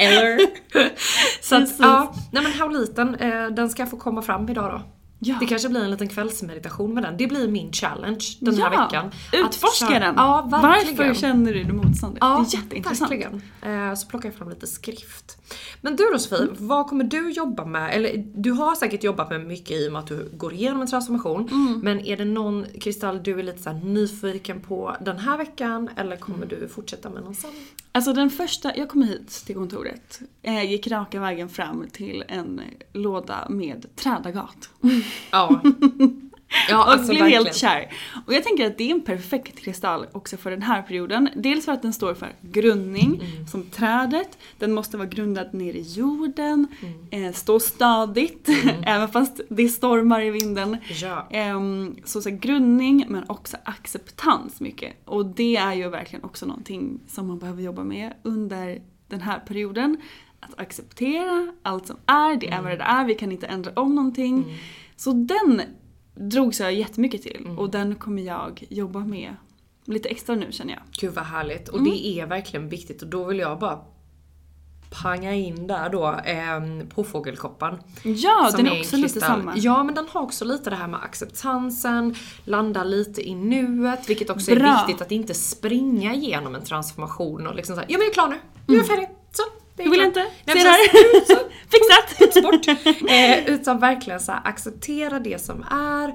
Så att, nej men Hauliten, den ska få komma fram idag då. Ja. Det kanske blir en liten kvällsmeditation med den. Det blir min challenge den här veckan. Utforska den. Ja, varför känner du motståndet? Ja, det är jätteintressant. Verkligen. Så plockar jag fram lite skrift. Men du då Sofie, vad kommer du jobba med? Eller du har säkert jobbat med mycket i och med att du går igenom en transformation. Men är det någon kristall du är lite så här nyfiken på den här veckan? Eller kommer du fortsätta med någon sån? Alltså den första, jag kom hit till kontoret. Gick raka vägen fram till en låda med trädagat. Ja. Ja, och alltså blev helt kär. Och jag tänker att det är en perfekt kristall också för den här perioden. Dels för att den står för grundning, som trädet. Den måste vara grundad ner i jorden. Stå stadigt, även fast det stormar i vinden. Ja. Så grundning, men också acceptans mycket. Och det är ju verkligen också någonting som man behöver jobba med under den här perioden. Att acceptera allt som är, det är vad det är. Vi kan inte ändra om någonting. Så den drogs jag jättemycket till. Och den kommer jag jobba med lite extra nu, känner jag. Gud vad härligt. Och det är verkligen viktigt. Och då vill jag bara panga in där då på fågelkoppan. Ja, den är också lite samma. Ja, men den har också lite det här med acceptansen. Landa lite i nuet. Vilket också är viktigt att inte springa igenom en transformation. Och liksom så här, ja men jag är klar nu. Nu är jag färdig. Så. Jag vill inte. Se där. Fixat. Bort. Utan verkligen så här, acceptera det som är.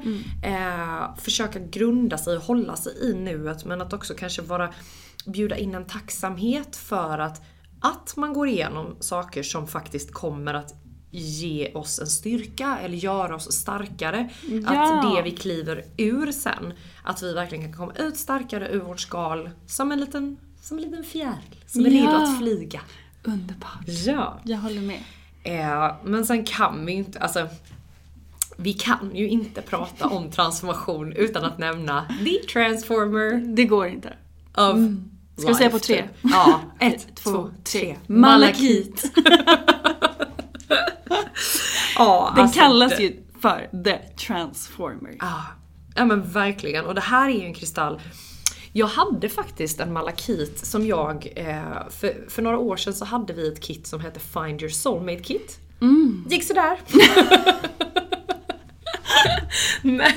Försöka grunda sig och hålla sig i nuet. Men att också kanske bjuda in en tacksamhet för att man går igenom saker som faktiskt kommer att ge oss en styrka eller göra oss starkare. Ja. Att det vi kliver ur sen, att vi verkligen kan komma ut starkare ur vårt skal som en liten fjäril som är redo att flyga. Underbart. Ja. Jag håller med. Men sen kan vi inte, alltså vi kan ju inte prata om transformation utan att nämna The Transformer. Det går inte. Ska vi säga på 3? Ja, 1, 2, 3. Malakit. Den kallas ju för The Transformer. Ja men verkligen. Och det här är ju en kristall. Jag hade faktiskt en malakit som jag, för några år sedan så hade vi ett kit som hette Find Your Soulmate Kit. Gick sådär. Men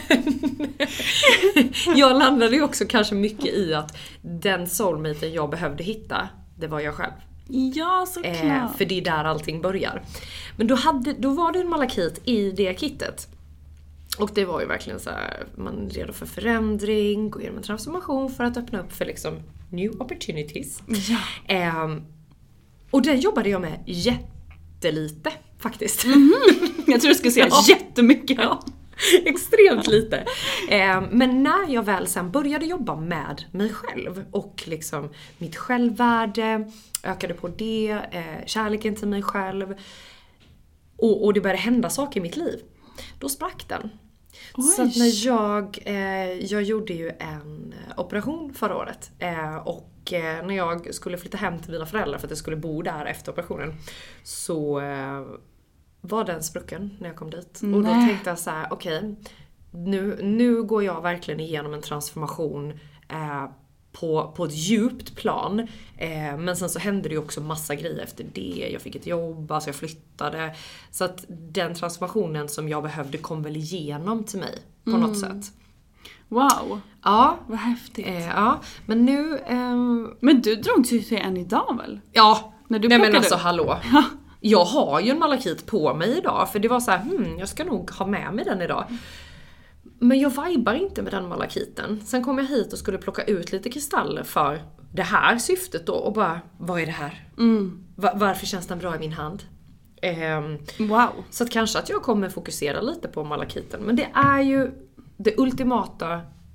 jag landade ju också kanske mycket i att den soulmaten jag behövde hitta, det var jag själv. Ja, såklart. För det är där allting börjar. Men då var det en malakit i det kittet. Och det var ju verkligen så här, man är redo för förändring, går igenom en transformation för att öppna upp för liksom new opportunities. Ja. Och den jobbade jag med jättelite faktiskt. Jag tror du skulle säga jättemycket. Ja. Extremt lite. Men när jag väl sen började jobba med mig själv och liksom mitt självvärde, ökade på det, kärleken till mig själv och det började hända saker i mitt liv, då sprack den. Oj. Så att när jag gjorde ju en operation förra året och när jag skulle flytta hem till mina föräldrar för att jag skulle bo där efter operationen, så var den sprucken när jag kom dit. Och då tänkte jag så här: okej, nu går jag verkligen igenom en transformation på ett djupt plan. Men sen så hände det ju också massa grejer efter det. Jag fick ett jobb, alltså jag flyttade. Så att den transformationen som jag behövde kom väl igenom till mig på något sätt. Wow. Ja. Vad häftigt. Ja, men nu... Men du drogs ju till en idag väl? Ja. När du men alltså hallå. Jag har ju en malakit på mig idag. För det var så här, jag ska nog ha med mig den idag. Men jag vibar inte med den malakiten. Sen kom jag hit och skulle plocka ut lite kristaller för det här syftet då. Och bara, vad är det här? Varför känns den bra i min hand? Wow. Så att kanske att jag kommer fokusera lite på malakiten. Men det är ju det ultimata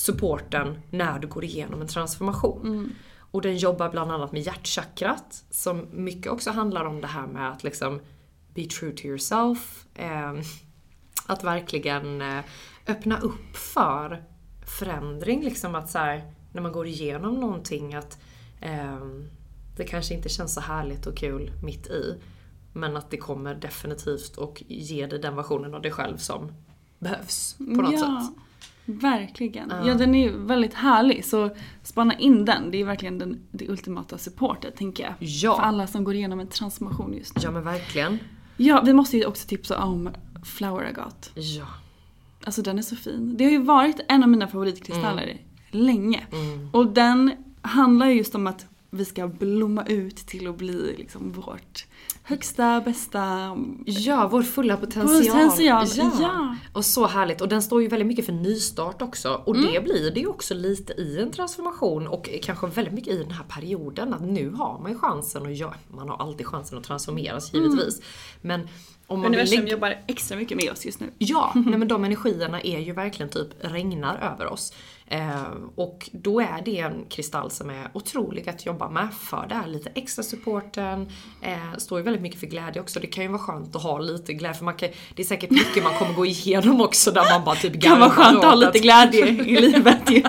supporten när du går igenom en transformation. Och den jobbar bland annat med hjärtchakrat, som mycket också handlar om det här med att liksom be true to yourself. Att verkligen öppna upp för förändring. Liksom att så här, när man går igenom någonting, att det kanske inte känns så härligt och kul mitt i. Men att det kommer definitivt och ge dig den versionen av dig själv som behövs på något sätt. Verkligen. Ja, den är väldigt härlig. Så spana in den. Det är verkligen det ultimata supportet, tänker jag. Ja. För alla som går igenom en transformation just nu. Ja, men verkligen. Ja, vi måste ju också tipsa om Flower Agate. Ja. Alltså den är så fin. Det har ju varit en av mina favoritkristaller länge. Och den handlar just om att vi ska blomma ut till att bli liksom vårt högsta, bästa... Ja, vår fulla potential. Ja. Och så härligt. Och den står ju väldigt mycket för nystart också. Och det blir det ju också lite i en transformation. Och kanske väldigt mycket i den här perioden. Att nu har man ju chansen. Och man har alltid chansen att transformeras, givetvis. Men om man universum jobbar extra mycket med oss just nu. Ja, nej, men de energierna är ju verkligen typ regnar över oss. Och då är det en kristall som är otrolig att jobba med, för det är lite extra supporten. Står ju väldigt mycket för glädje också. Det kan ju vara skönt att ha lite glädje, för det är säkert mycket man kommer gå igenom också där man bara typ kan vara skönt att ha lite glädje i livet ju.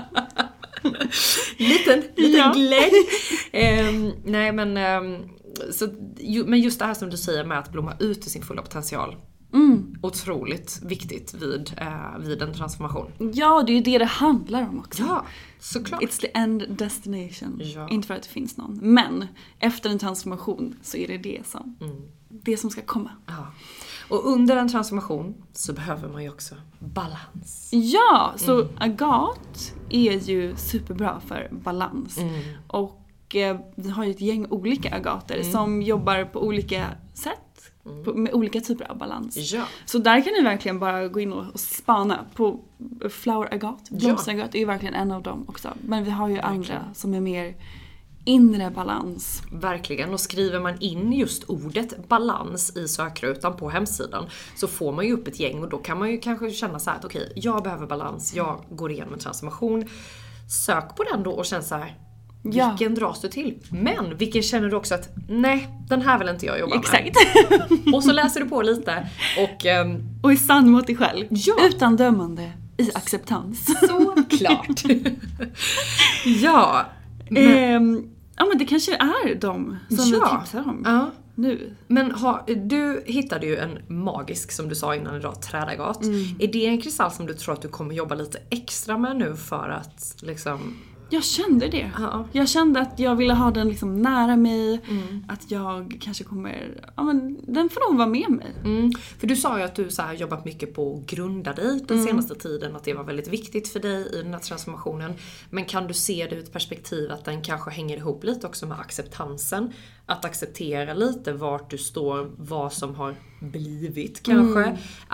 liten glädje. Nej men men just det här som du säger med att blomma ut i sin fulla potential. Otroligt viktigt vid en transformation. Ja, det är ju det handlar om också. Ja, såklart. It's the end destination. Ja. Inte för att det finns någon. Men efter en transformation så är det som ska komma. Ja. Och under en transformation så behöver man ju också balans. Ja, så Agate är ju superbra för balans. Och vi har ju ett gäng olika agater som jobbar på olika sätt. Med olika typer av balans. Ja. Så där kan ni verkligen bara gå in och spana på Flower Agate. Blomsteragate är ju verkligen en av dem också. Men vi har ju andra som är mer inre balans. Verkligen, och skriver man in just ordet balans i sökrutan på hemsidan så får man ju upp ett gäng, och då kan man ju kanske känna så här att okej, jag behöver balans, jag går igenom en transformation. Sök på den då och känn så här, vilken dras du till? Men vilken känner du också att nej, den här vill inte jag jobba med. Exakt. Och så läser du på lite och är sann mot dig själv. Ja. Utan dömande, i acceptans. Såklart. Ja. Men det kanske är de som vi tipsar om nu. Men du hittade ju en magisk, som du sa innan idag, trädagat. Är det en kristall som du tror att du kommer jobba lite extra med nu för att liksom... Jag kände det. Jag kände att jag ville ha den liksom nära mig. Att jag kanske kommer... Ja, men den får nog vara med mig. För du sa ju att du så här jobbat mycket på att grunda dig den senaste tiden. Att det var väldigt viktigt för dig i den här transformationen. Men kan du se det ur ett perspektiv att den kanske hänger ihop lite också med acceptansen? Att acceptera lite vart du står, vad som har blivit kanske.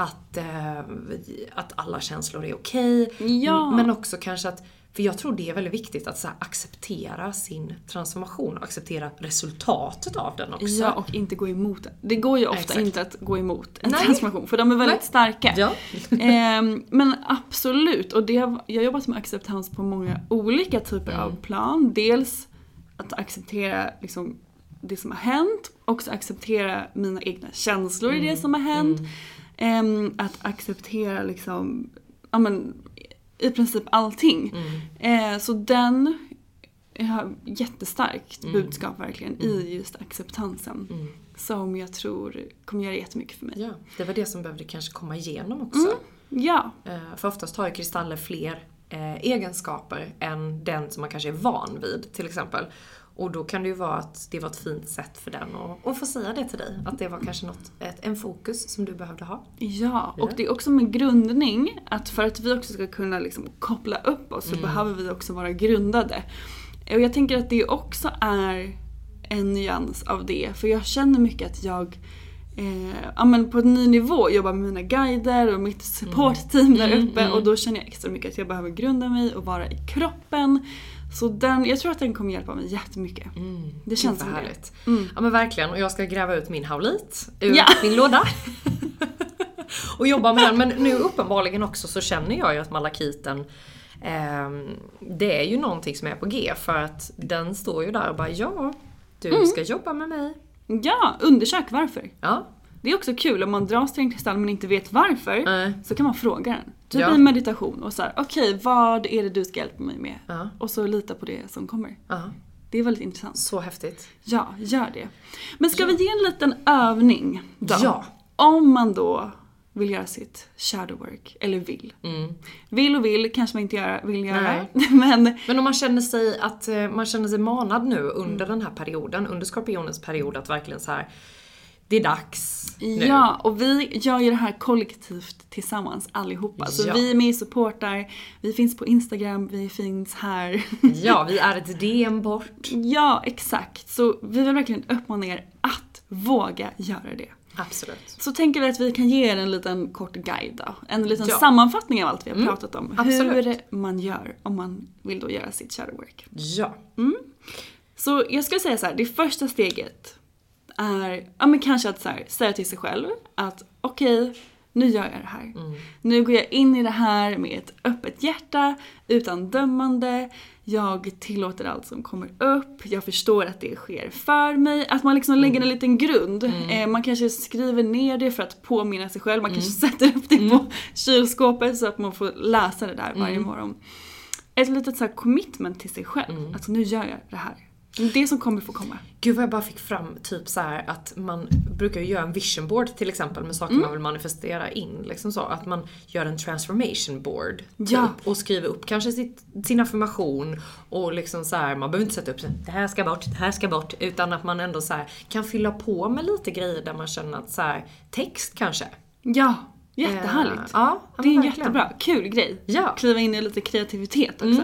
Att alla känslor är okej. Ja. Men också kanske att... För jag tror det är väldigt viktigt att så här, acceptera sin transformation och acceptera resultatet av den också. Ja, och inte gå emot det. Det går ju ofta inte att gå emot en transformation, för de är väldigt starka. Ja. Men absolut, och jag har jobbat med acceptans på många olika typer av plan. Dels att acceptera liksom, det som har hänt, också acceptera mina egna känslor i det som har hänt. Att acceptera liksom, i princip allting. Så den har jättestarkt budskap verkligen i just acceptansen. Som jag tror kommer göra jättemycket för mig. Ja, det var det som behövde kanske komma igenom också. Ja. För oftast har ju kristaller fler egenskaper än den som man kanske är van vid, till exempel. Och då kan det ju vara att det var ett fint sätt för den att få säga det till dig. Att det var kanske en fokus som du behövde ha. Ja, och det är också med grundning. Att för att vi också ska kunna liksom koppla upp oss så behöver vi också vara grundade. Och jag tänker att det också är en nyans av det. För jag känner mycket att jag på en ny nivå jobbar med mina guider och mitt supportteam där uppe. Och då känner jag extra mycket att jag behöver grunda mig och vara i kroppen. Så jag tror att den kommer hjälpa mig jättemycket. Det känns som härligt. Ja, men verkligen. Och jag ska gräva ut min haulit ur min låda. Och jobba med den. Men nu uppenbarligen också så känner jag ju att malakiten Det är ju någonting som är på G, för att den står ju där och bara, ja, du ska jobba med mig. Ja, undersök varför. Ja. Det är också kul om man dras till en kristall men inte vet varför, så kan man fråga den. Typ Ja. i meditation och så här: okej, vad är det du ska hjälpa mig med? Ja. Och så lita på det som kommer. Ja. Det är väldigt intressant. Så häftigt. Ja, gör det. Men ska vi ge en liten övning då? Ja. Om man då vill göra sitt shadow work, eller vill. Vill kanske man inte vill göra. Men om man känner sig manad nu under den här perioden, under skorpionens period, att verkligen så här, det är dags nu. Ja, och vi gör ju det här kollektivt tillsammans allihopa. Så vi är med och supportar, vi finns på Instagram, vi finns här. Ja, vi är ett DM bort. Ja, exakt. Så vi vill verkligen uppmana er att våga göra det. Absolut. Så tänker vi att vi kan ge er en liten kort guide då. En liten sammanfattning av allt vi har pratat om. Absolut. Hur man gör om man vill då göra sitt shadow work. Ja. Så jag skulle säga så här, det första steget är, ja men kanske att så här, säga till sig själv att okej, nu gör jag det här. Nu går jag in i det här med ett öppet hjärta, utan dömande. Jag tillåter allt som kommer upp. Jag förstår att det sker för mig. Att man liksom lägger en liten grund. Man kanske skriver ner det för att påminna sig själv. Man kanske sätter upp det på kylskåpet så att man får läsa det där varje morgon. Ett litet så här commitment till sig själv. Alltså nu gör jag det här. Det som kommer få komma. Gud vad jag bara fick fram typ så här att man brukar ju göra en vision board till exempel med saker man vill manifestera in. Liksom så. Att man gör en transformation board. Typ, och skriver upp kanske sin affirmation. Och liksom så här, man behöver inte sätta upp det här ska bort, det här ska bort. Utan att man ändå så här kan fylla på med lite grejer där man känner att så här, text kanske. Ja, jättehärligt. Ja, det är en verkligen. jättebra, kul grej. Ja. Kliva in i lite kreativitet också.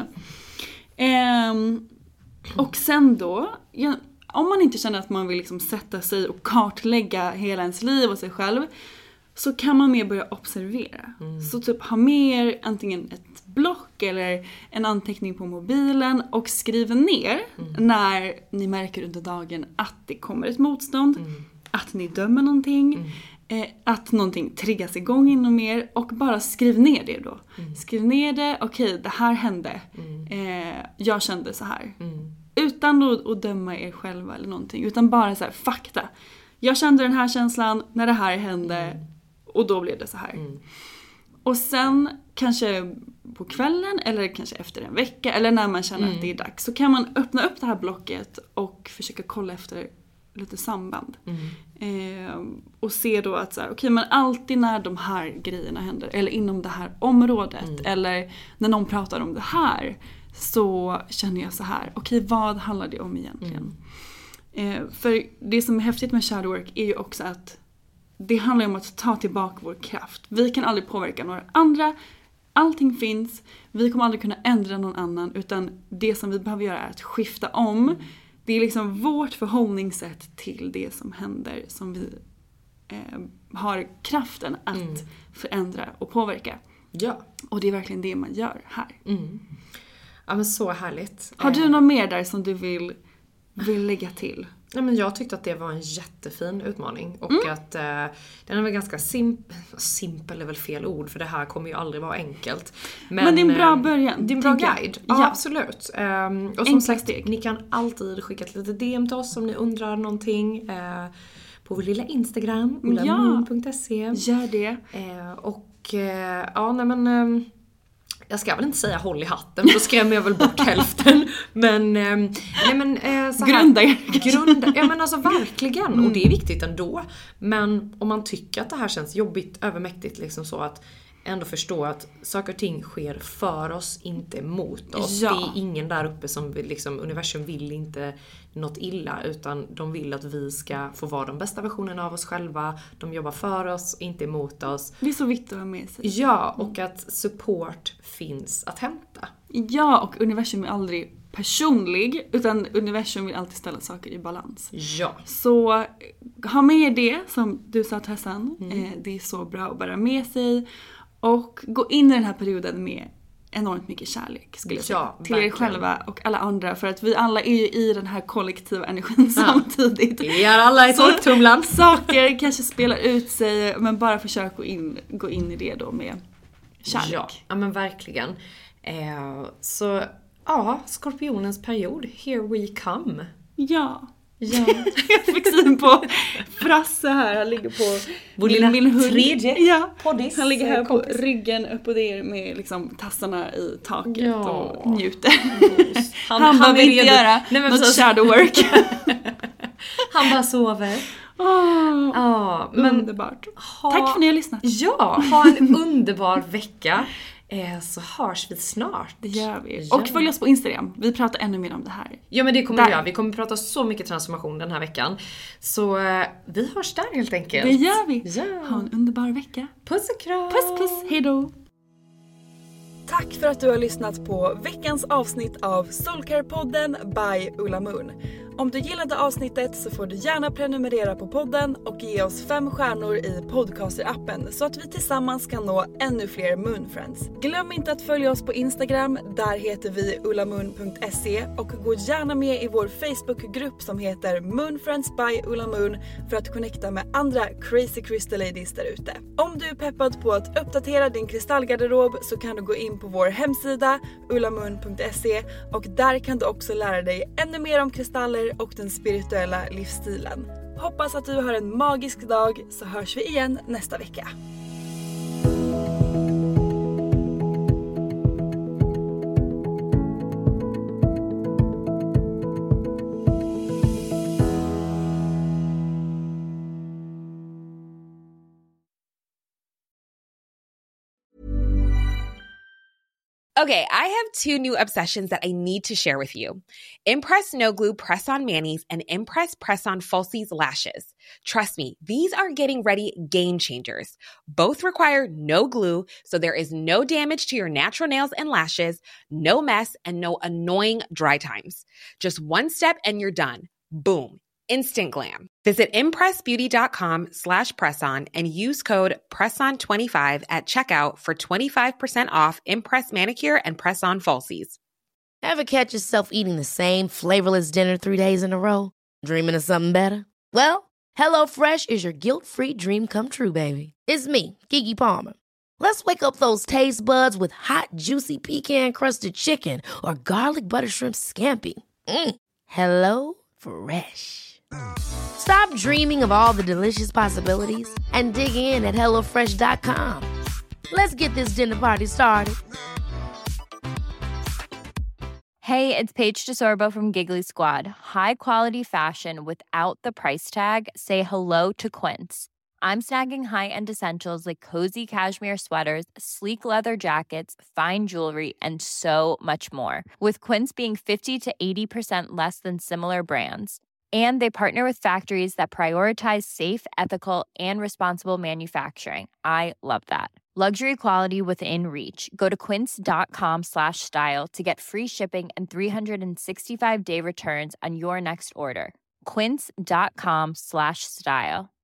Och sen då, om man inte känner att man vill liksom sätta sig och kartlägga hela ens liv och sig själv, så kan man mer börja observera. Så typ ha med er antingen ett block eller en anteckning på mobilen och skriv ner när ni märker under dagen att det kommer ett motstånd, att ni dömer någonting, att någonting triggas igång inom er, och bara skriv ner det då. Skriv ner det, okej, det här hände. Jag kände så här. Utan att döma er själva eller någonting, utan bara så här, fakta. Jag kände den här känslan när det här hände och då blev det så här. Och sen kanske på kvällen eller kanske efter en vecka eller när man känner att det är dags, så kan man öppna upp det här blocket och försöka kolla efter lite samband. Och se då att så här, okej, men alltid när de här grejerna händer eller inom det här området eller när någon pratar om det här, så känner jag så här, okej, vad handlar det om egentligen? För det som är häftigt med shadow work är ju också att det handlar om att ta tillbaka vår kraft. Vi kan aldrig påverka några andra. Allting finns. Vi kommer aldrig kunna ändra någon annan, utan det som vi behöver göra är att skifta om. Det är liksom vårt förhållningssätt till det som händer som vi har kraften att förändra och påverka. Ja. Och det är verkligen det man gör här. Ja, men så härligt. Har du något mer där som du vill lägga till? Ja, men jag tyckte att det var en jättefin utmaning. Och att den är väl ganska simpel är väl fel ord, för det här kommer ju aldrig vara enkelt. Men det är en bra början. Det är en bra guide. Ja, absolut. Och som sagt, steg. ni kan alltid skicka ett litet DM till oss om ni undrar någonting. På vår lilla Instagram, ullamoon.se. Gör det. Jag ska väl inte säga håll i hatten, för då skrämmer jag väl bort hälften. Men, så här, grunda. Ja, men alltså verkligen. Och det är viktigt ändå. Men om man tycker att det här känns jobbigt, övermäktigt, liksom så att ändå förstå att saker och ting sker för oss, inte mot oss. Ja. Det är ingen där uppe som vill, liksom, universum vill inte något illa, utan de vill att vi ska få vara de bästa versionerna av oss själva. De jobbar för oss, inte emot oss. Det är så viktigt att ha med sig. Ja, och att support finns att hämta. Ja, och universum är aldrig personlig, utan universum vill alltid ställa saker i balans. Ja. Så ha med det som du sa, Tessan. Det är så bra att bära med sig. Och gå in i den här perioden med enormt mycket kärlek, skulle jag säga. Till er själva och alla andra. För att vi alla är ju i den här kollektiva energin samtidigt. Vi är alla i torktumlan. Saker kanske spelar ut sig, men bara försök gå in i det då med kärlek. Ja, men verkligen. Så ja, skorpionens period, here we come. Ja. Jag fick syn på Frasse här. Han ligger på vår lilla hund. Tredje poddis. Han ligger här på ryggen upp och ner med liksom tassarna i taket och njuter. Han behöver inte göra något shadow work. Han bara sover. Men underbart. Tack för att ni har lyssnat. Ja, ha en underbar vecka. Så hörs vi snart. Det gör vi. Och följ oss på Instagram. Vi pratar ännu mer om det här. Ja, men det kommer vi göra. Vi kommer prata så mycket transformation den här veckan. Så vi hörs där helt enkelt. Det gör vi. Ja. Ha en underbar vecka. Puss och kram. Puss, puss. Hej då. Tack för att du har lyssnat på veckans avsnitt av Soulcare-podden by Ulla Moon. Om du gillade avsnittet så får du gärna prenumerera på podden och ge oss 5 stjärnor i podcaster-appen så att vi tillsammans kan nå ännu fler Moonfriends. Glöm inte att följa oss på Instagram, där heter vi ullamoon.se, och gå gärna med i vår Facebookgrupp som heter Moonfriends by Ulla Moon för att connecta med andra crazy crystal ladies där ute. Om du är peppad på att uppdatera din kristallgarderob så kan du gå in på vår hemsida ullamoon.se, och där kan du också lära dig ännu mer om kristaller och den spirituella livsstilen. Hoppas att du har en magisk dag, så hörs vi igen nästa vecka. Okay, I have 2 new obsessions that I need to share with you. Impress No Glue Press-On Manis and Impress Press-On Falsies Lashes. Trust me, these are getting ready game changers. Both require no glue, so there is no damage to your natural nails and lashes, no mess, and no annoying dry times. Just one step and you're done. Boom. Instant glam. Visit impressbeauty.com/presson and use code PRESSON25 at checkout for 25% off Impress Manicure and Press-On Falsies. Ever catch yourself eating the same flavorless dinner 3 days in a row? Dreaming of something better? Well, HelloFresh is your guilt-free dream come true, baby. It's me, Keke Palmer. Let's wake up those taste buds with hot, juicy pecan-crusted chicken or garlic butter shrimp scampi. Hello Fresh. Stop dreaming of all the delicious possibilities and dig in at HelloFresh.com. Let's get this dinner party started. Hey, it's Paige DeSorbo from Giggly Squad. High quality fashion without the price tag. Say hello to Quince. I'm snagging high-end essentials like cozy cashmere sweaters, sleek leather jackets, fine jewelry, and so much more. With Quince being 50 to 80% less than similar brands. And they partner with factories that prioritize safe, ethical, and responsible manufacturing. I love that. Luxury quality within reach. Go to quince.com/style to get free shipping and 365-day returns on your next order. Quince.com/style.